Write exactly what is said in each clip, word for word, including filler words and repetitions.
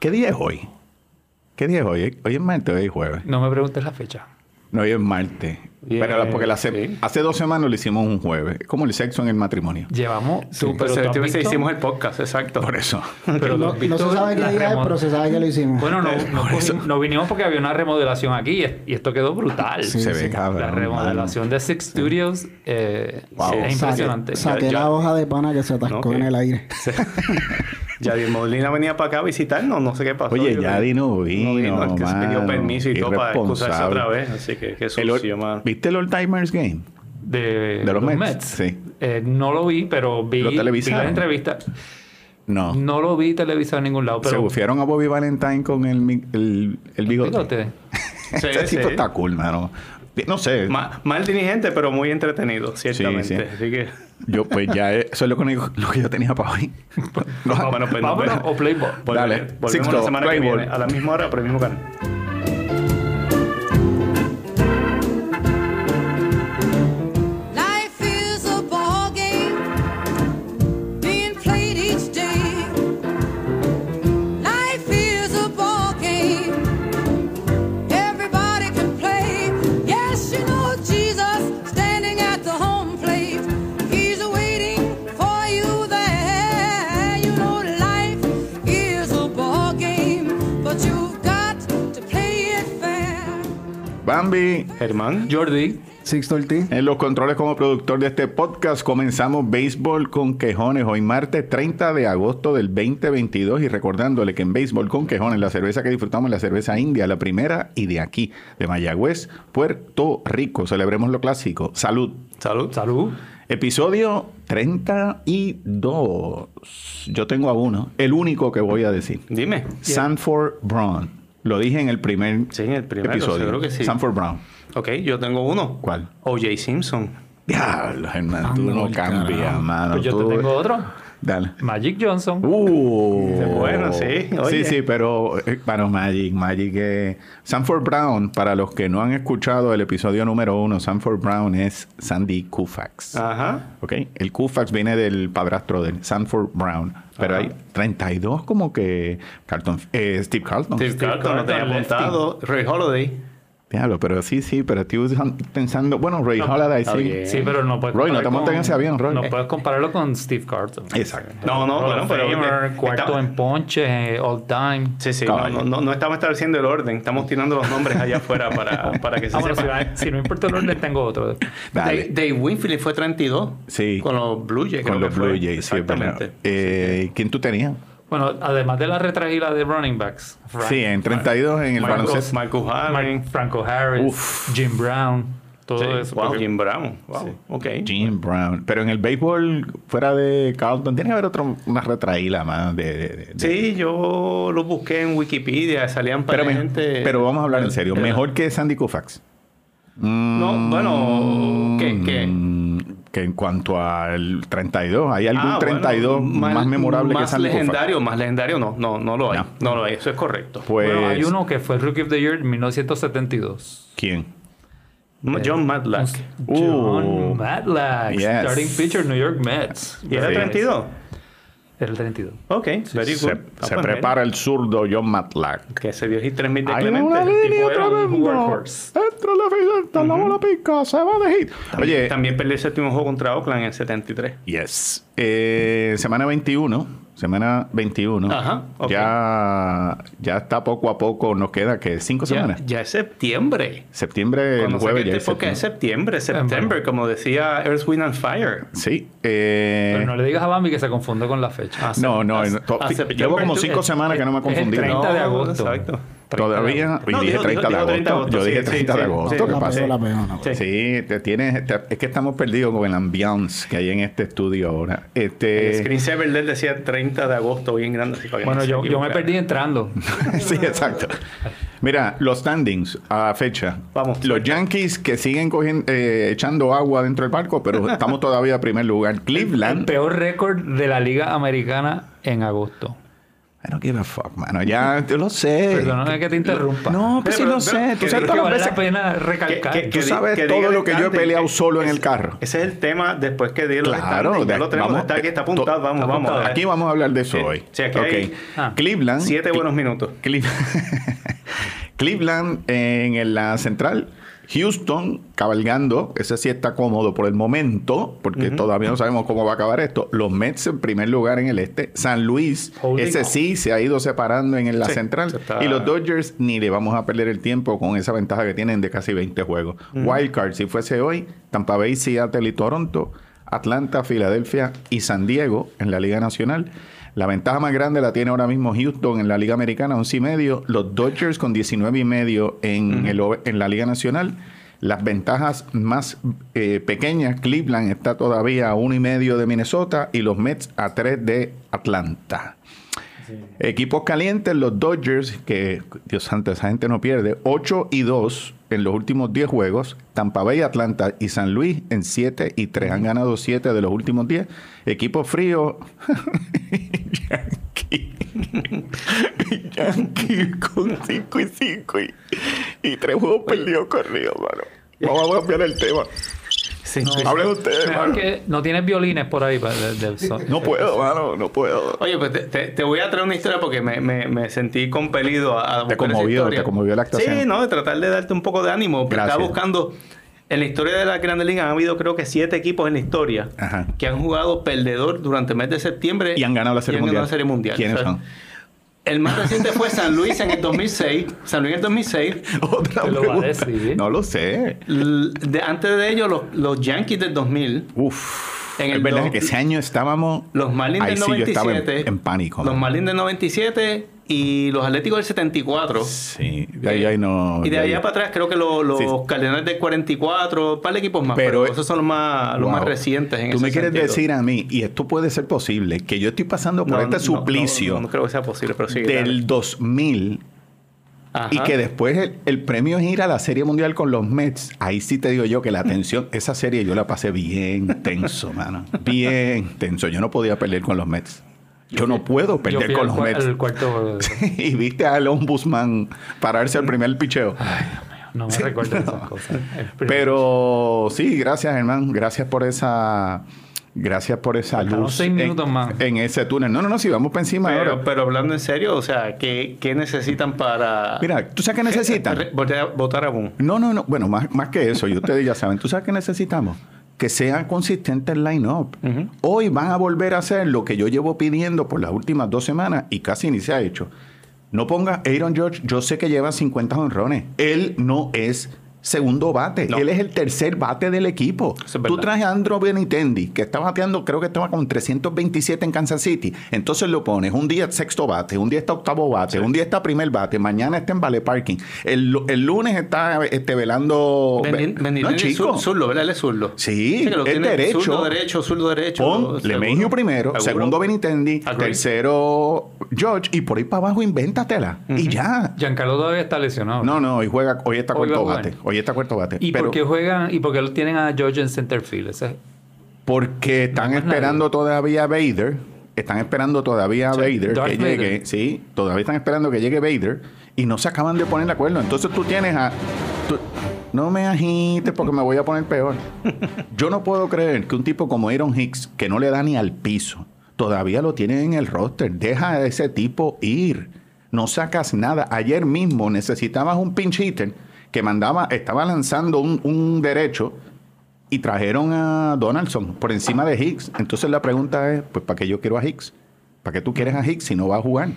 ¿Qué día es hoy? ¿Qué día es hoy? ¿Hoy es martes o hoy es jueves? No me preguntes la fecha. No, hoy es martes. Yeah, pero porque la se- sí. hace dos semanas lo hicimos un jueves. Es como el sexo en el matrimonio. Llevamos... Sí, tú, pero pero tú has se visto- hicimos el podcast, exacto. Por eso. pero tú No, has no visto se sabe qué la día es, remo- pero se sabe que lo hicimos. Bueno, no, no, Por eso. cogimos- no vinimos porque había una remodelación aquí y esto quedó brutal. Sí, Se sí. ve cabrón. La remodelación de Six Studios eh, Wow. es impresionante. Saqué, saqué Ya- la ya- hoja de pana que se atascó Ok. en el aire. Yadier Molina venía para acá a visitarnos, no sé qué pasó. Oye, Yo- Yadi no vino, No vino, es que se pidió mano. permiso y todo para excusarse Irresponsable. otra vez. Así que qué El All- sucio, mano. ¿Viste el All Timers Game? De, De los Mets, sí. Eh, no lo vi, pero vi, ¿Lo vi televisaron? la entrevista. No. No lo vi televisado en ningún lado, Se pero... bufiaron a Bobby Valentine con el, mi- el, el bigote. Bigote. Sí, Ese tipo sí. está cool, mano. No sé. Ma- mal dirigente, pero muy entretenido, ciertamente. Sí, sí. Así que... Yo, pues ya, eh, eso es lo único lo que yo tenía para hoy. No, Bueno, pues nos Vámonos vemos. o Playboy. Volvemos- Dale. Volvemos Sixto, la semana que Playboy. viene, a la misma hora, por el mismo canal. Life is a ball game being played each day. Life is a ball game everybody can play. Yes, you know Jesus standing at the home plate. He's waiting for you there. You know life is a ball game, but you've got to play it fair. Bambi, Germán. Jordi. Sixto Ortiz. en los controles como productor de este podcast, comenzamos Béisbol con Quejones hoy martes treinta de agosto del veinte veintidós y recordándole que en Béisbol con Quejones la cerveza que disfrutamos es la cerveza india, la primera y de aquí, de Mayagüez, Puerto Rico. Celebremos lo clásico. Salud. Salud. Salud. Episodio treinta y dos. Yo tengo a uno, el único que voy a decir. Dime. Sanford Brown. Lo dije en el primer Sí, en el primero, episodio. seguro que sí. Sanford Brown. Ok, yo tengo uno. ¿Cuál? O J Simpson. Diablo, hermano, tú Anda no el cambias, carajo. mano. Pues yo Tú- te tengo otro. Dale. Magic Johnson. Uh, Ese es bueno, sí, oye. Sí, sí, pero eh, bueno, Magic, Magic. Eh, Sanford Brown, para los que no han escuchado el episodio número uno, Sanford Brown es Sandy Koufax. Ajá. ¿Ok? El Koufax viene del padrastro de Sanford Brown. Pero Ajá. hay treinta y dos como que Carlton, eh, Steve Carlton. Steve Carlton, no tenía Carlton, apuntado. Ray Holiday. Diablo, pero sí, sí, pero estoy pensando, bueno, Ray Holiday está sí. bien. Sí, pero no puedes Roy, no comparar te montes en con- ese avión, Roy. No puedes compararlo con Steve Carlton. Exacto. No, no, Hall bueno, of pero... Famer, eh, cuarto está- en ponches, eh, all time. Sí, sí, no, Caballo. no, no, no estamos estableciendo el orden. Estamos tirando los nombres allá afuera para, para que se Ah, bueno, si, sepa. va- si no importa el orden, tengo otro. Dave, Dale. Dave Winfield fue treinta y dos. Sí. Con los Blue Jays. Con creo los que fue. Blue Jays, sí, es verdad. Exactamente. Eh, ¿Quién tú tenías? Bueno, además de la retragila de running backs. Frank- Sí, en treinta y dos en el Marcos, baloncesto. Marcus Harden. Mar- Franco Harris, Uf. Jim Brown, todo Sí, eso. wow, porque- Jim Brown. Wow, Sí. ok. Jim Brown. Pero en el béisbol, fuera de Carlton, tiene que haber otro, una retraíla más de... de- de- Sí, yo lo busqué en Wikipedia. Salían para pero, me- gente... pero vamos a hablar en serio. Pero- Mejor que Sandy Koufax. No, bueno... ¿Qué? qué? Mm, que en cuanto al treinta y dos, ¿hay algún Ah, treinta y dos bueno, más, memorable que más Sandy Koufax? legendario, más legendario no, no, no lo hay. No. No, lo hay, eso es correcto. Pues, Bueno, hay uno que fue el Rookie of the Year en mil novecientos setenta y dos. ¿quién? John Matlack. John Uh, Matlack, yes. starting pitcher New York Mets. ¿Y era Sí. treinta y dos? Era el treinta y dos. Ok, very good. Se, Ah, se pues, prepara el zurdo John Matlack. mira, Que se dio hit tres mil de Hay Clemente. una el tipo línea era un tremenda. workhorse. Entra la fila, la bola pica, se va de hit. También, Oye, también perdió el séptimo juego contra Oakland en el setenta y tres. yes. Eh, semana veintiuno. Semana veintiuno. Ajá, ok. Ya, ya está poco a poco. Nos queda que cinco Ya, semanas. ya es septiembre. Septiembre, el Cuando jueves saqué ya este es podcast es septiembre. septiembre, septiembre, como decía Earth, Wind and Fire. Sí. eh, Pero no le digas a Bambi que se confunde con la fecha. Ah, no, no. a- no, to- a fi- septiembre llevo como tú- cinco es- semanas que no me he es el confundido. treinta de agosto. Exacto. Todavía. Y No, dije dijo- treinta dijo- de dijo treinta de agosto. Yo agosto, dije sí, treinta sí, de sí. agosto. Sí, ¿Qué la pasa? pegó, la pegó, la pegó. Sí. Sí, te tienes, te- es que estamos perdidos con el ambiance que hay en este estudio ahora. El Este, screensaver de él decía treinta de agosto, bien grande. Así para que Bueno, no se yo, yo me equivocara. perdí entrando. sí, exacto. Mira, los standings a fecha. Vamos, Los suelta. Yankees que siguen cogiendo, eh, echando agua dentro del barco, pero estamos todavía en primer lugar. El Cleveland. peor récord de la Liga Americana en agosto. I don't give a fuck, mano. Ya, yo lo sé. Perdóname que te interrumpa. No, pues sí Pero, lo pero, sé. Tú que- sabes Es que todas las vale veces la pena recalcar. que- Tú di- sabes que todo diga lo el que yo he standing, peleado que- solo en ese- el carro. Ese es el tema después que di los Claro, standings. Ya de- lo tenemos, vamos, está aquí, está to- apuntado. Vamos, está vamos. apuntado. Aquí vamos a hablar de eso Sí. hoy. Sí, aquí Ok. hay Ah. Cleveland. Siete buenos minutos. Cleveland, Cleveland en la central. Houston cabalgando, ese sí está cómodo por el momento, porque uh-huh. todavía no sabemos cómo va a acabar esto. Los Mets en primer lugar en el este. San Luis, Holding ese on. sí se ha ido separando en la sí, central. Está... Y los Dodgers ni le vamos a perder el tiempo con esa ventaja que tienen de casi veinte juegos. Uh-huh. Wild Card, si fuese hoy, Tampa Bay, Seattle y Toronto, Atlanta, Filadelfia y San Diego en la Liga Nacional. La ventaja más grande la tiene ahora mismo Houston en la Liga Americana, once y medio. Los Dodgers con diecinueve y medio en, uh-huh. el, en la Liga Nacional. Las ventajas más eh, pequeñas, Cleveland está todavía a uno y medio de Minnesota y los Mets a tres de Atlanta. Sí. Equipos calientes, los Dodgers, que Dios santo, esa gente no pierde, ocho y dos en los últimos diez juegos. Tampa Bay, Atlanta y San Luis en siete y tres. Han ganado siete de los últimos diez. Equipos fríos, Yankee. Yankee con cinco y cinco y, y tres juegos perdidos corridos, mano. Vamos a cambiar el tema. Sí, no, hablen ustedes, mano. Que no tienes violines por ahí. Para, de, de, de, no puedo, mano, no puedo. Oye, pues te, te, te voy a traer una historia porque me, me, me sentí compelido a, a buscar te conmovió, esa historia. Te conmovió la actuación. Sí, no, de tratar de darte un poco de ánimo. Pero estaba buscando... En la historia de la Grandes Ligas han habido creo que siete equipos en la historia Ajá. que han jugado perdedor durante el mes de septiembre. Y han ganado la Serie, mundial. Ganado la serie mundial. ¿Quiénes son? El más reciente fue San Luis en el dos mil seis. San Luis en el dos mil seis. Otra ¿Te lo va a decir? No lo sé. De, antes de ellos, los, los Yankees del dos mil. Uf. En es el verdad do... que ese año estábamos... Los Marlins del noventa y siete. Sí, yo estaba en, en pánico. Los man. Marlins del noventa y siete y los Atléticos del setenta y cuatro. Sí. De ahí, ahí no... Y de, de allá ahí. para atrás creo que lo, los sí. Cardenales del cuarenta y cuatro. Un par de equipos más. Pero, pero esos son los más, wow. los más recientes en Tú ese me quieres sentido. decir a mí, y esto puede ser posible, que yo estoy pasando por no, este no, suplicio... No, no, no creo que sea posible, pero sí. Del dale. dos mil... Ajá. Y que después el, el premio es ir a la Serie Mundial con los Mets. Ahí sí te digo yo que la tensión... Esa serie yo la pasé bien tenso, mano. Bien tenso. Yo no podía perder con los Mets. Yo no puedo perder con los Mets. El cuarto... Y viste al ombudsman pararse al primer picheo. Ay, Dios mío. No me sí, recuerdo no. esas cosas. Pero sí, gracias, hermano. Gracias por esa... Gracias por esa Faltaron luz seis minutos en, más. en ese túnel. No, no, no, si vamos para encima pero, ahora. pero hablando en serio, o sea, ¿qué, qué necesitan para... Mira, ¿tú sabes qué necesitan? Votar a Boone. No, no, no. Bueno, más, más que eso. Y ustedes ya saben. ¿Tú sabes qué necesitamos? Que sea consistente el line-up. Uh-huh. Hoy van a volver a hacer lo que yo llevo pidiendo por las últimas dos semanas y casi ni se ha hecho. No ponga Aaron Judge. Yo sé que lleva cincuenta jonrones. Él no es... segundo bate. No. Él es el tercer bate del equipo. Es Tú traes a Andrew Benintendi, que está bateando, creo que estaba con trescientos veintisiete en Kansas City. Entonces lo pones, un día sexto bate, un día está octavo bate, sí. un día está primer bate, mañana está en vale parking. El, el lunes está este, velando... Benintendi no, chico. Zurdo, ¿verdad? Él es zurdo. Sí, sí es derecho. Zurdo derecho, zurdo derecho. Pon LeMahieu primero, ¿seguro? Segundo Benintendi, Agreed. Tercero George, y por ahí para abajo invéntatela. Uh-huh. Y ya. Giancarlo todavía está lesionado. No, no, hoy juega, hoy está hoy cuarto bate. Hoy está cuarto bate. ¿Y pero, por qué juegan y por qué tienen a George en center field? Ese... Porque están no esperando nadie. todavía a Vader. Están esperando todavía a sí, Vader Darth que Vader. llegue. Sí, todavía están esperando que llegue Vader y no se acaban de poner de acuerdo. Entonces tú tienes a... Tú, no me agites porque me voy a poner peor. Yo no puedo creer que un tipo como Aaron Hicks, que no le da ni al piso, todavía lo tienen en el roster. Deja a ese tipo ir. No sacas nada. Ayer mismo necesitabas un pinch hitter que mandaba, estaba lanzando un, un derecho y trajeron a Donaldson por encima de Hicks. Entonces la pregunta es, pues, ¿para qué yo quiero a Hicks? ¿Para qué tú quieres a Hicks si no va a jugar?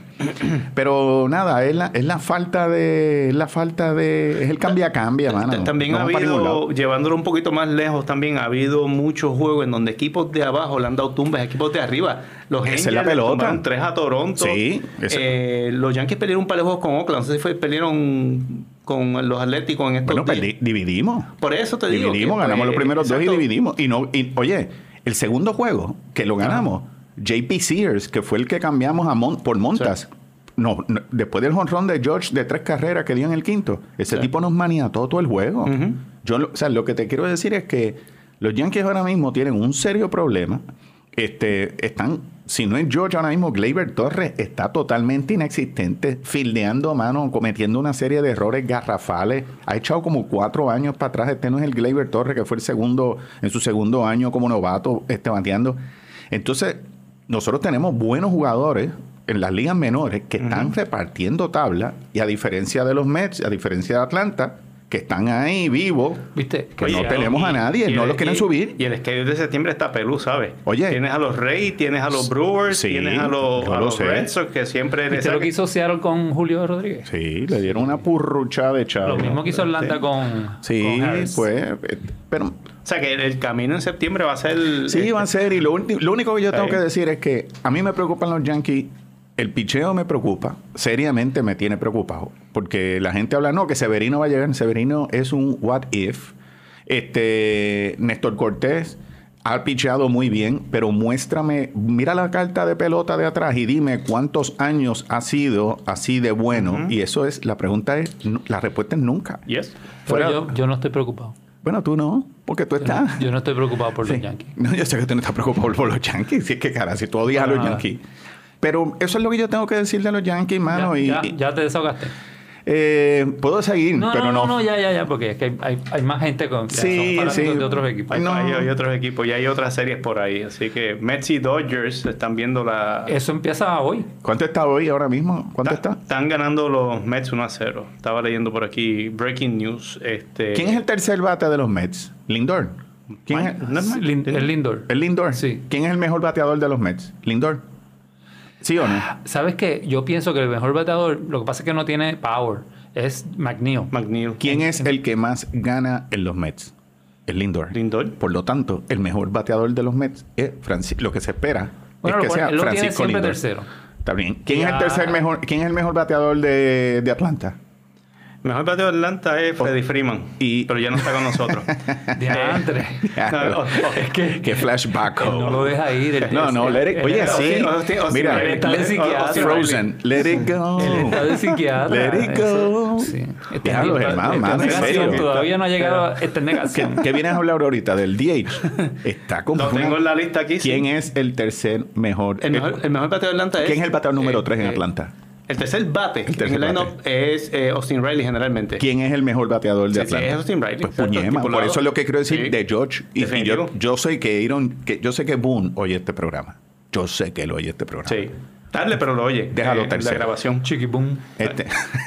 Pero nada, es la, es la falta de... Es la falta de... Es el cambia-cambia, mano. También no ha habido, llevándolo un poquito más lejos, también ha habido muchos juegos en donde equipos de abajo le han dado tumbas a equipos de arriba. Los Angels es la pelota. tres a Toronto. Sí. Eh, los Yankees perdieron un par de juegos con Oakland. No sé si fue, perdieron con los Atléticos en estos bueno, días. Bueno, dividimos. Por eso te digo. Dividimos, ganamos pues, los primeros exacto. dos y dividimos. Y no, y, oye, el segundo juego que lo ganamos... Ah. J P Sears, que fue el que cambiamos a Mon- por Montas. Sí. No, no, después del jonrón de George de tres carreras que dio en el quinto, ese sí. tipo nos maniató todo el juego. Uh-huh. Yo, o sea, lo que te quiero decir es que los Yankees ahora mismo tienen un serio problema. Este, están si no es George ahora mismo, Gleyber Torres está totalmente inexistente, fildeando a mano, cometiendo una serie de errores garrafales. Ha echado como cuatro años para atrás. Este no es el Gleyber Torres que fue el segundo, en su segundo año como novato, este, bateando. Entonces, nosotros tenemos buenos jugadores en las ligas menores que están uh-huh. repartiendo tabla, y a diferencia de los Mets, a diferencia de Atlanta, que están ahí vivos, ¿viste? Que Oye, no tenemos y, a nadie, no el, los quieren y, subir. Y el schedule de septiembre está pelú, ¿sabes? Oye. Tienes a los Rays, tienes a los Brewers, sí, tienes a los, a los Red Sox, que siempre... ¿Viste lo que hizo Seattle con Julio Rodríguez? Sí, le dieron una purruchada de chavo. Lo mismo que hizo Atlanta sí. con Sí, con Harris. pues... Pero... O sea, que el, el camino en septiembre va a ser... Sí, este, va a ser. Y lo, lo único que yo tengo que decir es que a mí me preocupan los Yankees. El picheo me preocupa, seriamente me tiene preocupado, porque la gente habla, no, que Severino va a llegar. Severino es un what if. Este, Néstor Cortés ha picheado muy bien, pero muéstrame, mira la carta de pelota de atrás y dime cuántos años ha sido así de bueno. Uh-huh. Y eso es, la pregunta es, la respuesta es nunca. Yes. Fuera, yo, yo no estoy preocupado. Bueno, tú no, porque tú yo estás... No, yo no estoy preocupado por sí. los Yankees. No, yo sé que tú no estás preocupado por los Yankees. Si es que, cara, si tú odias no, a los nada. Yankees... Pero eso es lo que yo tengo que decir de los Yankees, mano. Ya, y, ya, ya te desahogaste. Eh, puedo seguir, no, pero no. No, no, ya, ya, ya, porque es que hay, hay, hay más gente con, sí, son sí. de otros equipos. Hay, no. hay, hay otros equipos y hay otras series por ahí. Así que Mets y Dodgers están viendo la... Eso empieza hoy. ¿Cuánto está hoy ahora mismo? ¿Cuánto está? está? Están ganando los Mets uno a cero. Estaba leyendo por aquí Breaking News. Este... ¿Quién es el tercer bate de los Mets? ¿Lindor? ¿Quién Mike, es? ¿No es Lin, el Lindor. ¿El Lindor? Sí. ¿Quién es el mejor bateador de los Mets? ¿Lindor? ¿Sí o no? ¿Sabes qué? Yo pienso que el mejor bateador, lo que pasa es que no tiene power, es McNeil. McNeil. ¿Quién es el que más gana en los Mets? El Lindor. Lindor. Por lo tanto, el mejor bateador de los Mets es Francisco. Lo que se espera bueno, es que lo, sea lo Francisco tiene siempre Lindor. tercero. Está bien. ¿Quién ya. es el tercer mejor? ¿Quién es el mejor bateador de, de Atlanta? El mejor bateador de Atlanta es Freddie Freeman, y... pero ya no está con nosotros. Diantre. no, es que... Qué flashback. Oh. No lo deja ir. El, no, no. Let it, oye, sí. Mira. Él está de psiquiatra. Frozen. Let it go. Él está de psiquiatra. Let it go. Eso, sí. Déjalo, hermano, mano, en serio. Todavía no ha llegado a esta negación. ¿Qué, ¿Qué vienes a hablar ahorita? Del D H. Está como... Lo tengo en la lista aquí. ¿Quién sí. es el tercer mejor? El mejor, el mejor bateador de Atlanta es... ¿Quién es el bateador número eh, tres en eh, Atlanta? El tercer bate el tercer en el line-up es eh, Austin Riley generalmente. ¿Quién es el mejor bateador de sí, Atlanta? Sí, es Austin Riley. Pues puñema, por eso es lo que quiero decir sí. de George. Y, y yo, yo sé que Aaron, que yo sé que Boone oye este programa. Yo sé que él oye este programa. Sí. Tarde, pero lo oye. Déjalo eh, tercero. La grabación. Chiqui boom. Este.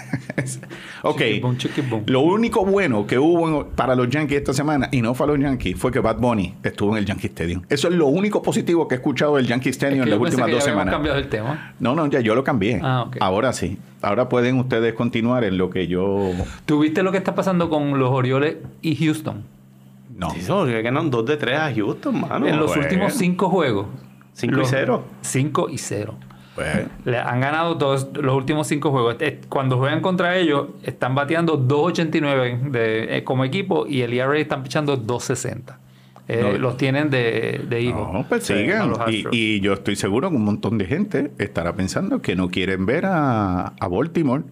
ok. Chiqui boom, chiqui boom. Lo único bueno que hubo en, para los Yankees esta semana, y no para los Yankees, fue que Bad Bunny estuvo en el Yankee Stadium. Eso es lo único positivo que he escuchado del Yankee Stadium es en las últimas que dos ya semanas. cambiado el tema. No, no, ya yo lo cambié. Ah, okay. Ahora sí. Ahora pueden ustedes continuar en lo que yo... ¿Tú viste lo que está pasando con los Orioles y Houston? No. Sí, son que ganan dos de tres a Houston, mano. En los bueno. últimos cinco juegos. cinco y cero. cinco y cero. Pues, Le han ganado todos los últimos cinco juegos. Cuando juegan contra ellos, están bateando dos ochenta y nueve de, eh, como equipo y el E R A están pichando dos sesenta. Eh, no, los tienen de, de hijo. No, pues sigan. Y, y yo estoy seguro que un montón de gente estará pensando que no quieren ver a, a Baltimore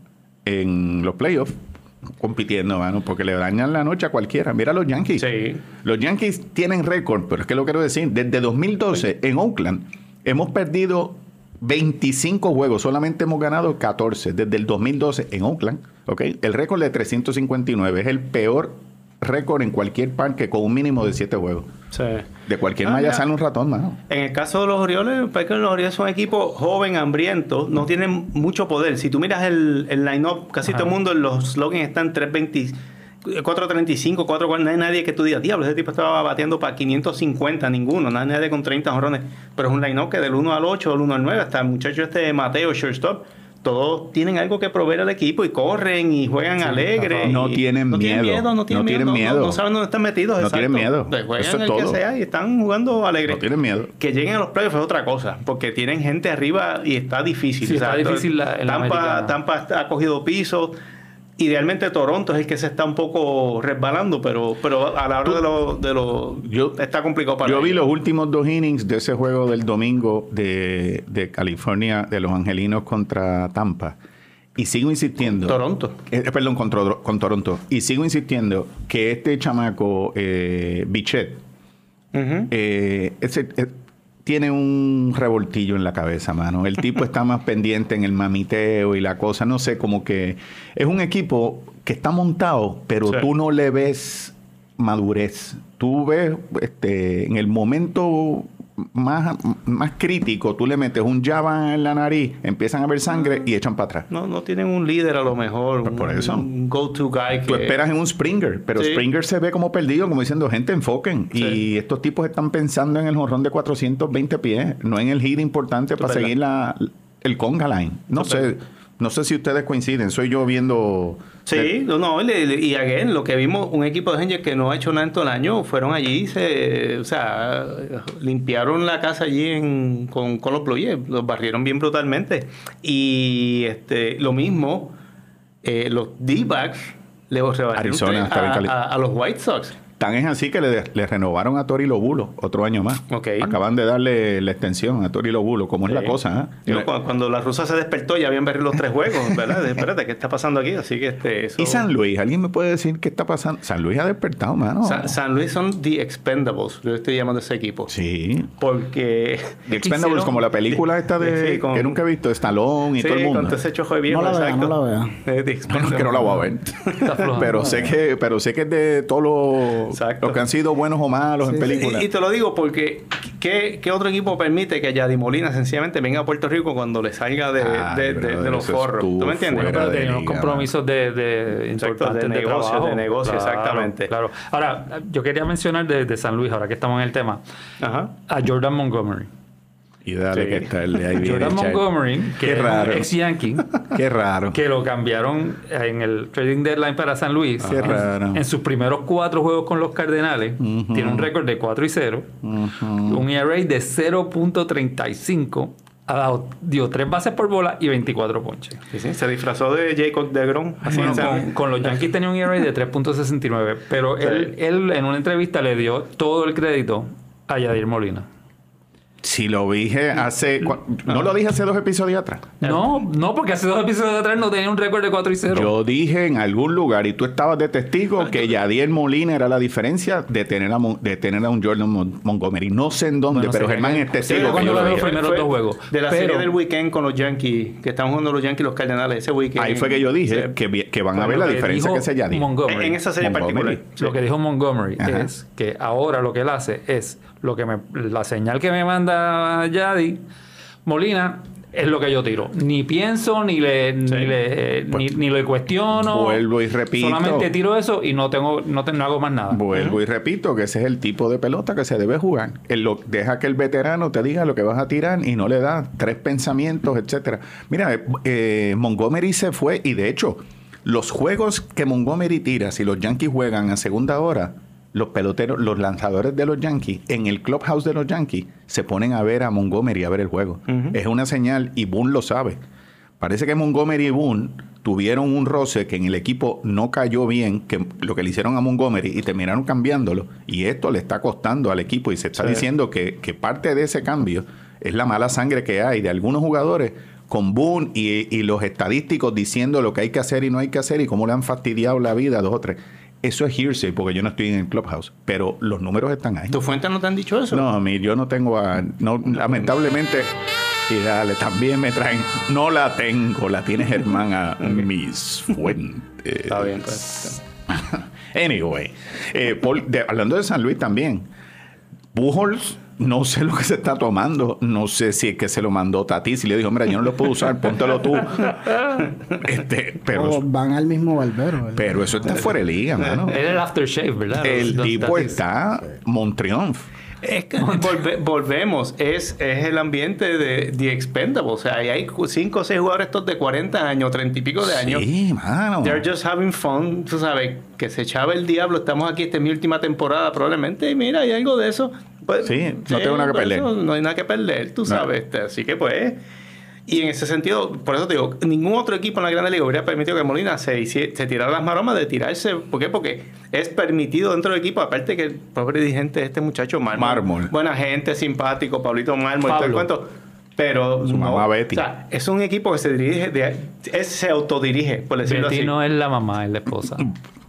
en los playoffs compitiendo, mano, porque le dañan la noche a cualquiera. Mira a los Yankees. Sí. Los Yankees tienen récord, pero es que lo quiero decir, desde dos mil doce en Oakland hemos perdido veinticinco juegos, solamente hemos ganado catorce desde el dos mil doce en Oakland, ¿ok? El récord de trescientos cincuenta y nueve es el peor récord en cualquier parque con un mínimo de siete juegos. Sí. De cualquier ah, malla mira. sale un ratón, mano. En el caso de los Orioles, porque los Orioles son un equipo joven, hambriento, no tienen mucho poder. Si tú miras el, el line-up, casi Ajá. todo el mundo en los slogans están tres veinte, cuatro treinta y cinco, cuatro cuarenta. No hay nadie que tú digas, diablo, ese tipo estaba bateando para quinientos cincuenta, ninguno. No hay nadie con treinta jonrones. Pero es un line-up que del uno al ocho, del uno al nueve, hasta el muchacho este Mateo, shortstop, todos tienen algo que proveer al equipo y corren y juegan sí, alegres. No, y tienen no miedo. Tienen miedo. No tienen no miedo. Tienen miedo. No, no saben dónde están metidos. No exacto. tienen miedo. Juegan Eso es el todo. que sea y están jugando alegres. No tienen miedo. Que lleguen a los playoffs es otra cosa, porque tienen gente arriba y está difícil. Sí, o sea, está difícil la, Tampa, Tampa ha cogido piso. Idealmente Toronto es el que se está un poco resbalando, pero pero a la hora de lo, de lo yo, está complicado para Yo ellos. vi los últimos dos innings de ese juego del domingo de, de California, de los Angelinos contra Tampa. Y sigo insistiendo... Toronto. Eh, perdón, con, con Toronto. Y sigo insistiendo que este chamaco, eh, Bichette, uh-huh. eh, ese, eh, tiene un revoltillo en la cabeza, mano. El tipo está más pendiente en el mamiteo y la cosa. No sé, como que es un equipo que está montado, pero Sí. tú no le ves madurez. Tú ves, este, en el momento más, más crítico, tú le metes un jab en la nariz, empiezan a ver sangre y echan para atrás. No, no tienen un líder a lo mejor. Pues por un- eso. Un go-to guy. Tú que- esperas en un Springer, pero Sí. Springer se ve como perdido, como diciendo, gente, enfoquen. Sí. Y estos tipos están pensando en el jonrón de cuatrocientos veinte pies, no en el hit importante para verdad. seguir la, el conga line. No Eso sé, verdad. no sé si ustedes coinciden, soy yo viendo... Sí, no, no, y, y again, lo que vimos, un equipo de Rangers que no ha hecho nada en todo el año, fueron allí, se, o sea, limpiaron la casa allí en, con, con los Blue Jays, los barrieron bien brutalmente. Y este lo mismo, eh, los D-backs le rebarrieron Arizona está bien a, cali- a, a los White Sox. Tan es así que le, le renovaron a Tori Lobulo otro año más. Ok. Acaban de darle la extensión a Tori Lobulo, como es la Sí. cosa. ¿eh? Digo, cu- cuando, la rusa se despertó ya habían barrido los tres juegos, ¿verdad? Espérate, ¿qué está pasando aquí? Así que este... eso- Y San Luis, ¿alguien me puede decir qué está pasando? San Luis ha despertado, mano. Sa- San Luis son The Expendables, yo estoy llamando a ese equipo. Sí. Porque... The Expendables, hicieron- como la película esta de Sí, con- que nunca he visto, Stallone y Sí, todo el mundo. con todo ese chojo de viejo, No la vea, exacto. no la vea. Eh, The No, Expendables. que no la voy a ver. Está floja. pero sé que pero sé que es de todos los, Exacto. los que han sido buenos o malos en Sí. películas. Y, y te lo digo porque ¿qué, qué otro equipo permite que Yadi Molina sencillamente venga a Puerto Rico cuando le salga de, Ay, de- de- brother, de los eso forros? estuvo ¿Tú me entiendes? fuera Pero de tenía unos liga, compromisos de, de Exacto, importantes de de, negocio, trabajo. de negocio, Claro, exactamente. Claro. Ahora, yo quería mencionar de, de San Luis, ahora que estamos en el tema, Ajá. a Jordan Montgomery. Y dale Sí. que está el de ahí viene Jordan el chat. Montgomery, que Qué es raro. un ex Yankee, Qué raro. que lo cambiaron en el trading deadline para San Luis. Qué En- raro. En sus primeros cuatro juegos con los Cardenales, Ujú. tiene un récord de cuatro y cero, Ujú. un E R A de cero punto treinta y cinco, ha dado, dio tres bases por bola y veinticuatro ponches. Sí, sí, se disfrazó de Jacob DeGrom. Así Bueno, en San con, Luis. con los Yankees tenía un E R A de tres punto sesenta y nueve, pero Sí. él, él en una entrevista le dio todo el crédito a Yadier Molina. Si lo dije hace... cua- ¿No lo dije hace dos episodios atrás? No, no, porque hace dos episodios atrás no tenía un récord de cuatro y cero. Yo dije en algún lugar, y tú estabas de testigo, que Yadier Molina era la diferencia de tener a, Mon- de tener a un Jordan Mon- Montgomery. No sé en dónde, Bueno, pero sí, Germán que- es sí, testigo. yo que cuando yo lo lo veo dije. los primeros dos juegos. De la Pero- serie del weekend con los Yankees, que estamos jugando los Yankees y los Cardenales, ese weekend. Ahí fue que yo dije Sí. que, vi- que van a Bueno, ver la lo que diferencia dijo que se Yadier. Montgomery. En esa serie en Montgomery. particular. Sí. Lo que dijo Montgomery Ajá. es que ahora lo que él hace es lo que me, la señal que me manda Yadi Molina es lo que yo tiro. Ni pienso, ni le, ni, le ni, ni le cuestiono. Vuelvo y repito. Solamente tiro eso y no tengo, no, te- no hago más nada. Vuelvo y repito que ese es el tipo de pelota que se debe jugar. Él lo, deja que el veterano te diga lo que vas a tirar y no le da tres pensamientos, etcétera. Mira, eh, eh, Montgomery se fue y de hecho, los juegos que Montgomery tira, si los Yankees juegan a segunda hora, los peloteros, los lanzadores de los Yankees, en el clubhouse de los Yankees, se ponen a ver a Montgomery a ver el juego. Ujú. Es una señal y Boone lo sabe. Parece que Montgomery y Boone tuvieron un roce que en el equipo no cayó bien, que lo que le hicieron a Montgomery y terminaron cambiándolo. Y esto le está costando al equipo y se está Sí. diciendo que, que parte de ese cambio es la mala sangre que hay de algunos jugadores con Boone y, y los estadísticos diciendo lo que hay que hacer y no hay que hacer y cómo le han fastidiado la vida a dos o tres. Eso es hearsay porque yo no estoy en el clubhouse, pero los números están ahí. ¿Tus fuentes no te han dicho eso? No, a mí yo no tengo a... No, lamentablemente... Y dale, también me traen... No la tengo, la tiene Germán a mis fuentes. Está bien, pues. Anyway, eh, Paul, de- hablando de San Luis también, Pujols, no sé lo que se está tomando, no sé si es que se lo mandó Tatis y le dijo, mira, yo no lo puedo usar, póntelo tú. Este, pero, O van al mismo barbero. ¿verdad? pero eso está fuera de liga, mano. Era el aftershave, ¿verdad? El Los- los tipo Tatis. está Montriunf. Es que volve- volvemos, es, es el ambiente de The Expendables. O sea, ahí hay cinco o seis jugadores estos de cuarenta años, treinta y pico de años. Sí, mano. They're just having fun, tú sabes, que se echaba el diablo. Estamos aquí, esta es mi última temporada probablemente. Y mira, hay algo de eso. Pues, Sí, no tengo nada que pues, perder. eso, no hay nada que perder, tú No. sabes. este, Así que pues... Y en ese sentido, por eso te digo, ningún otro equipo en la Grande Liga hubiera permitido que Molina se, hicie- se tirara las maromas de tirarse. ¿Por qué? Porque es permitido dentro del equipo. Aparte que el pobre dirigente, este muchacho Mármol. Mármol. Buena gente, simpático, Pablito Mármol, y todo el Pablo. cuento. Pero Su no, mamá Betty. O sea, es un equipo que se dirige, de, es, se autodirige, por decirlo Betty así. no es la mamá, es la esposa.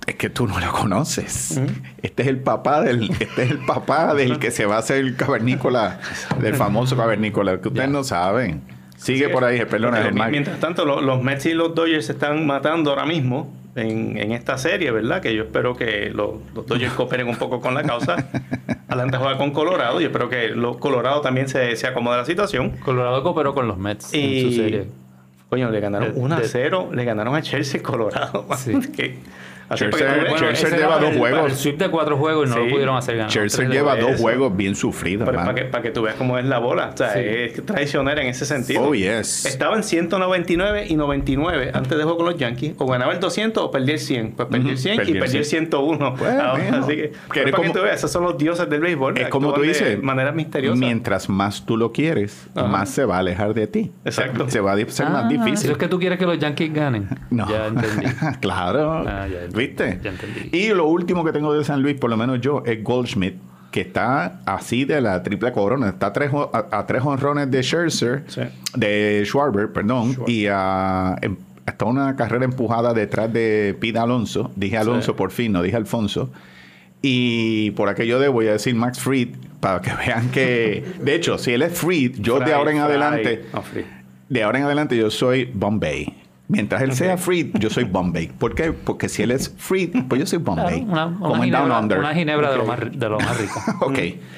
Es que tú no lo conoces. Uh-huh. Este es el papá del, este es el papá del que se va a hacer el cavernícola, del famoso cavernícola, que ustedes yeah. no saben. Sigue sí, por ahí, perdona. Pero, mientras tanto, los, los Mets y los Dodgers se están matando ahora mismo en, en esta serie, ¿verdad? Que yo espero que los, los Dodgers cooperen un poco con la causa. Atlanta juega con Colorado y espero que los Colorado también se, se acomode la situación. Colorado cooperó con los Mets y, en su serie. Coño, le ganaron uno a cero, le ganaron a Chelsea Colorado. Sí. que, Scherzer bueno, lleva dos el, juegos. El sweep de cuatro juegos y no sí. lo pudieron hacer ganar. Scherzer lleva dos eso. juegos bien sufridos. Para que, para que tú veas cómo es la bola. O sea, sí. es traicionera en ese sentido. Oh, yes. Estaba en ciento noventa y nueve y noventa y nueve antes de juego con los Yankees. O ganaba el doscientos o perdía el cien. Pues perdía el cien uh-huh. y perdía el ciento uno. Pues, ahora, así que, para como, que tú veas, esos son los dioses del béisbol. Es como tú dices. De manera misteriosa. Mientras más tú lo quieres, uh-huh. más se va a alejar de ti. Exacto. Se va a ser ah, más difícil. Eso es que tú quieres que los Yankees ganen. No. Ya entendí. Claro. Ah, ya entendí. ¿Viste? Ya entendí. Y lo último que tengo de San Luis, por lo menos yo, es Goldschmidt, que está así de la triple corona. Está a tres, a, a tres honrones de Scherzer, sí. de Schwarber, perdón, Schwarber. y a, em, hasta una carrera empujada detrás de Pete Alonso. Dije Alonso sí. por fin, no dije Alfonso. Y por aquello de, voy a decir Max Fried, para que vean que... De hecho, si él es Fried, yo Fry, de ahora en Fry. adelante... Oh, de ahora en adelante yo soy Bombay. Mientras él okay. sea Fried, yo soy Bombay. ¿Por qué? Porque si él es Fried, pues yo soy Bombay. Claro, una, una como ginebra, en Down Under. Una ginebra okay. de, lo más, de lo más rico. Ok.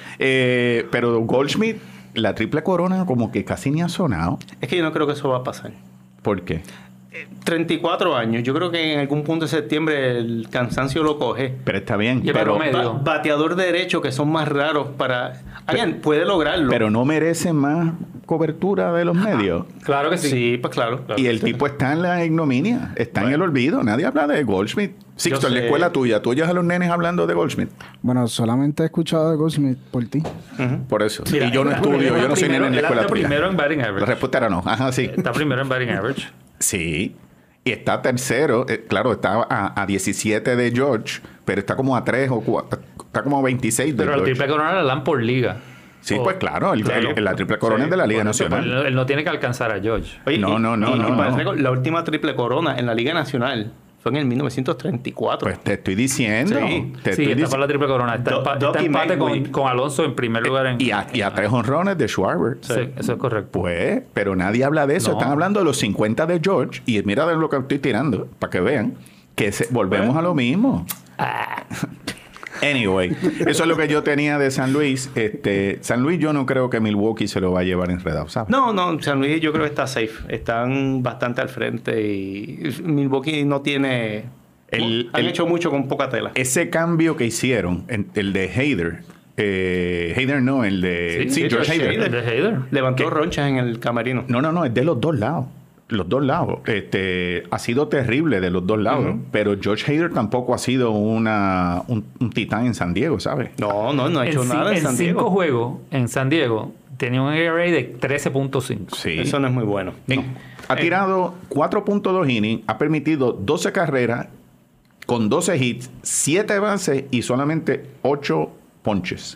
Eh, pero Goldschmidt, la triple corona como que casi ni ha sonado. Es que yo no creo que eso va a pasar. ¿Por qué? treinta y cuatro años. Yo creo que en algún punto de septiembre el cansancio lo coge. Pero está bien. Pero ba- bateador derecho, que son más raros para... Alguien puede lograrlo. Pero no merece más cobertura de los Ajá. medios. Claro que sí. Sí, pues claro. claro y el sí. tipo está en la ignominia. Está bueno. en el olvido. Nadie habla de Goldschmidt. Sixto, en la escuela tuya, ¿tú oyes a los nenes hablando de Goldschmidt? Bueno, solamente he escuchado de Goldschmidt por ti. Uh-huh. Por eso. Mira, y yo no estudio, yo no soy nene en la escuela tuya. Está primero en batting average. La respuesta era no. Ajá, sí. Está primero en batting average. Sí. Y está tercero, eh, claro, está a, a diecisiete de George, pero está como a tres o cuatro, está como a veintiséis de pero George. Pero la triple corona la dan por liga. Sí, oh, pues claro, el, claro. El, la triple corona sí, es de la Liga bueno, Nacional. Él, él no tiene que alcanzar a George. Oye, no, y, no, no, y, no, y no. no. La última triple corona en la Liga Nacional fue en el mil novecientos treinta y cuatro. Pues te estoy diciendo. Sí, te sí estoy está dic- por la triple corona. Está, Do, empa- está empate con, con Alonso en primer lugar. En, y, a, y a tres honrones de Schwarber. Sí, eso es correcto. Pues, pero nadie habla de eso. No. Están hablando de los cincuenta de George. Y mira de lo que estoy tirando, para que vean que se, volvemos bueno. a lo mismo. Ah. Anyway, eso es lo que yo tenía de San Luis. Este, San Luis yo no creo que Milwaukee se lo va a llevar enredado, ¿sabes? No, no, San Luis yo creo que está safe. Están bastante al frente y Milwaukee no tiene... El, han el, hecho mucho con poca tela. Ese cambio que hicieron, en, el de Hader, eh, Hader no, el de... Sí, sí, sí George Hader. Hader. De Hader. Levantó ¿Qué? ronchas en el camerino. No, no, no, es de los dos lados. Los dos lados. Este, ha sido terrible de los dos lados. Uh-huh. Pero George Hader tampoco ha sido una, un, un titán en San Diego, ¿sabes? No, no, no ha hecho en nada en, en San Diego. En cinco juegos en San Diego tenía un E R A de trece punto cinco. Sí. Eso no es muy bueno. En, no. Ha tirado cuatro punto dos innings, ha permitido doce carreras con doce hits, siete bases y solamente ocho ponches.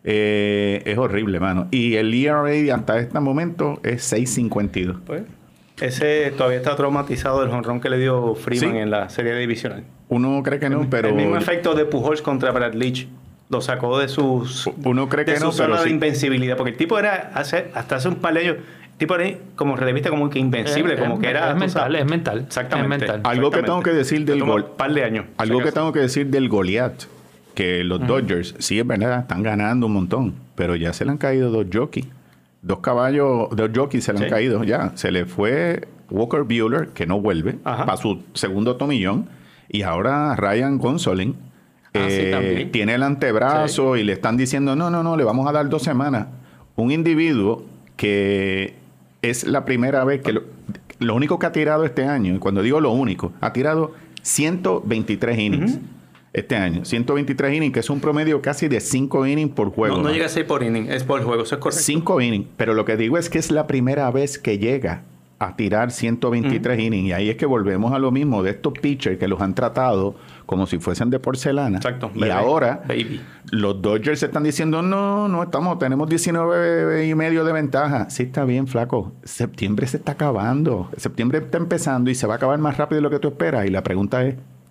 Eh, es horrible, mano. Y el E R A hasta este momento es seis cincuenta y dos. Pues, ese todavía está traumatizado del jonrón que le dio Freeman sí. en la serie divisional. Uno cree que no, el, pero... El mismo efecto de Pujols contra Brad Leach. Lo sacó de sus... Uno cree que de no, su pero zona sí. de invencibilidad. Porque el tipo era, hace, hasta hace un par de años... El tipo era como relevista como que invencible. Es, como es, que era... Es mental, sabes, es mental. Exactamente. Es mental. Algo que tengo que decir del gol... Un par de años. Algo si que tengo que decir del Goliath. Que los uh-huh. Dodgers, sí es verdad, están ganando un montón. Pero ya se le han caído dos jockeys. Dos caballos, dos jockeys se le ¿Sí? han caído ya. Se le fue Walker Buehler, que no vuelve, Ajá. para su segundo tomillón. Y ahora Ryan Gonsolin ah, eh, sí, tiene el antebrazo sí. y le están diciendo, no, no, no, le vamos a dar dos semanas. Un individuo que es la primera vez que... Lo, lo único que ha tirado este año, y cuando digo lo único, ha tirado ciento veintitrés innings. Uh-huh. Este año, ciento veintitrés innings, que es un promedio casi de cinco innings por juego. No, no, ¿no? llega a seis por inning, es por juego, eso es correcto. cinco innings, pero lo que digo es que es la primera vez que llega a tirar ciento veintitrés mm. innings. Y ahí es que volvemos a lo mismo de estos pitchers que los han tratado como si fuesen de porcelana. Exacto. Y baby, ahora baby. los Dodgers están diciendo, no, no, estamos, tenemos diecinueve y medio de ventaja. Sí, está bien, flaco. Septiembre se está acabando. Septiembre está empezando y se va a acabar más rápido de lo que tú esperas. Y la pregunta es,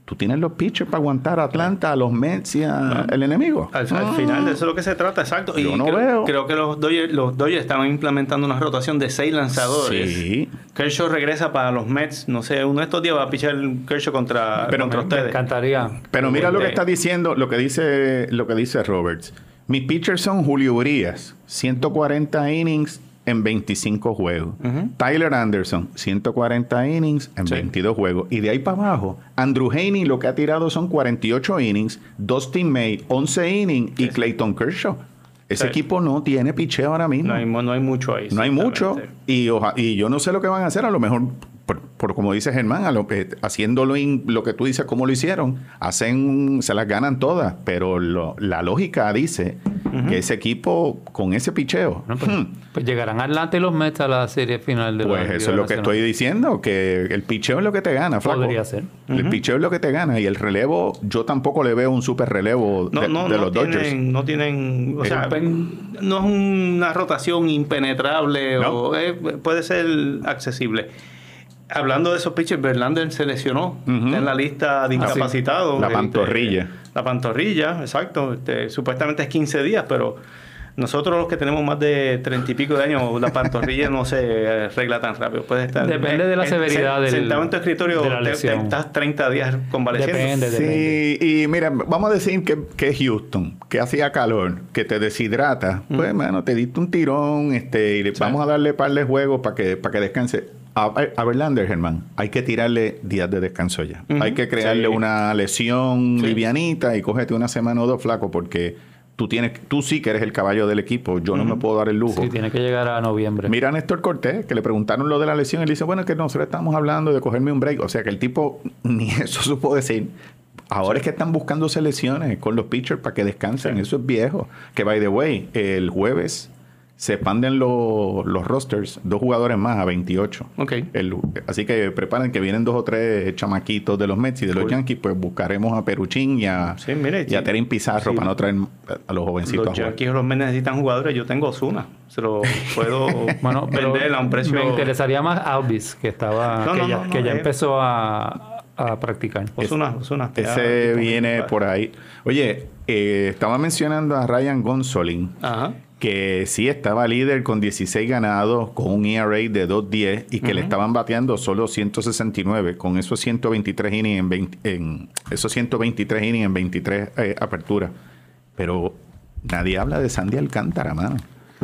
tú tienes los pitchers para aguantar a Atlanta, a los Mets y al no. enemigo. Al, al ah. final, de eso es lo que se trata, exacto. Yo y no creo, veo. creo que los Dodgers, los Dodgers estaban implementando una rotación de seis lanzadores. Sí. Kershaw regresa para los Mets. No sé, uno de estos días va a pichar Kershaw contra, Pero contra me- ustedes. Me encantaría. Pero mira lo que de- está diciendo, lo que dice, lo que dice Roberts. Mis pitchers son Julio Urias, ciento cuarenta innings en veinticinco juegos. Ujú. Tyler Anderson, ciento cuarenta innings en Sí. veintidós juegos. Y de ahí para abajo, Andrew Heaney lo que ha tirado son cuarenta y ocho innings, Dustin May, once innings y Sí. Clayton Kershaw. Ese Sí. equipo no tiene picheo ahora mismo. No hay, no hay mucho ahí. No hay mucho. exactamente. Y, oja- y yo no sé lo que van a hacer. A lo mejor, por, por como dice Germán, a lo que, haciéndolo in- lo que tú dices, como lo hicieron, hacen, se las ganan todas. Pero lo- la lógica dice que ese equipo, con ese picheo, Bueno, pues, hmm, pues llegarán Atlanta y los Mets a la serie final de pues la eso es lo que Nacional. estoy diciendo, que el picheo es lo que te gana, flaco. Podría ser. El picheo es lo que te gana. Y el relevo, yo tampoco le veo un super relevo No, de, no, de no los Dodgers. tienen, no tienen, o El sea, pen- no es una rotación impenetrable No. o es- puede ser accesible. Hablando de esos pitchers, Verlander se lesionó, Ujú. está en la lista de Ah, sí. incapacitados. La este, pantorrilla. la pantorrilla, exacto. Este, supuestamente es quince días, pero nosotros los que tenemos más de treinta y pico de años, la pantorrilla no se arregla tan rápido. Puede estar Depende de la eh, severidad sen- del- Sentado en tu escritorio, de la te- te, lesión. estás treinta días convaleciendo. Depende, depende. Sí, y mira, vamos a decir que, que Houston, que hacía calor, que te deshidrata, pues, mano, te diste un tirón, este, y le- vamos a darle par de juegos para que, para que descanse. A, a Verlander, Germán, hay que tirarle días de descanso ya. Ujú. Hay que crearle Sí. una lesión Sí. livianita y cógete una semana o dos, flaco, porque tú tienes, tú sí que eres el caballo del equipo. Yo no me puedo dar el lujo. Sí, tiene que llegar a noviembre. Mira a Néstor Cortés, que le preguntaron lo de la lesión. Él dice, bueno, es que nosotros estamos hablando de cogerme un break. O sea, que el tipo ni eso supo decir. Ahora es que están buscando selecciones con los pitchers para que descansen. Eso es viejo. Que, by the way, el jueves se expanden los, los rosters, dos jugadores más a veintiocho. Ok. El- así que preparen que vienen dos o tres chamaquitos de los Mets y de los Cool. Yankees, pues buscaremos a Peruchín y a, Sí, mire, y a sí. Terín Pizarro Sí. para no traer a los jovencitos Los a jugar. Yankees o los Mets necesitan jugadores. Yo tengo Ozuna. Se lo puedo Bueno, pero vender a un precio. me interesaría más Alvis, que estaba No, que no, ya, no, no, que ya eh. empezó a, a practicar. Ozuna, Ozuna. Ese Ya, viene tipo, por ahí. Oye, eh, estaba mencionando a Ryan Gonsolin, Ajá. que sí estaba líder con dieciséis ganados, con un E R A de dos diez y que le estaban bateando solo ciento sesenta y nueve, con esos ciento veintitrés innings en, veinte en esos ciento veintitrés innings en veintitrés eh, aperturas. Pero nadie habla de Sandy Alcántara, mano.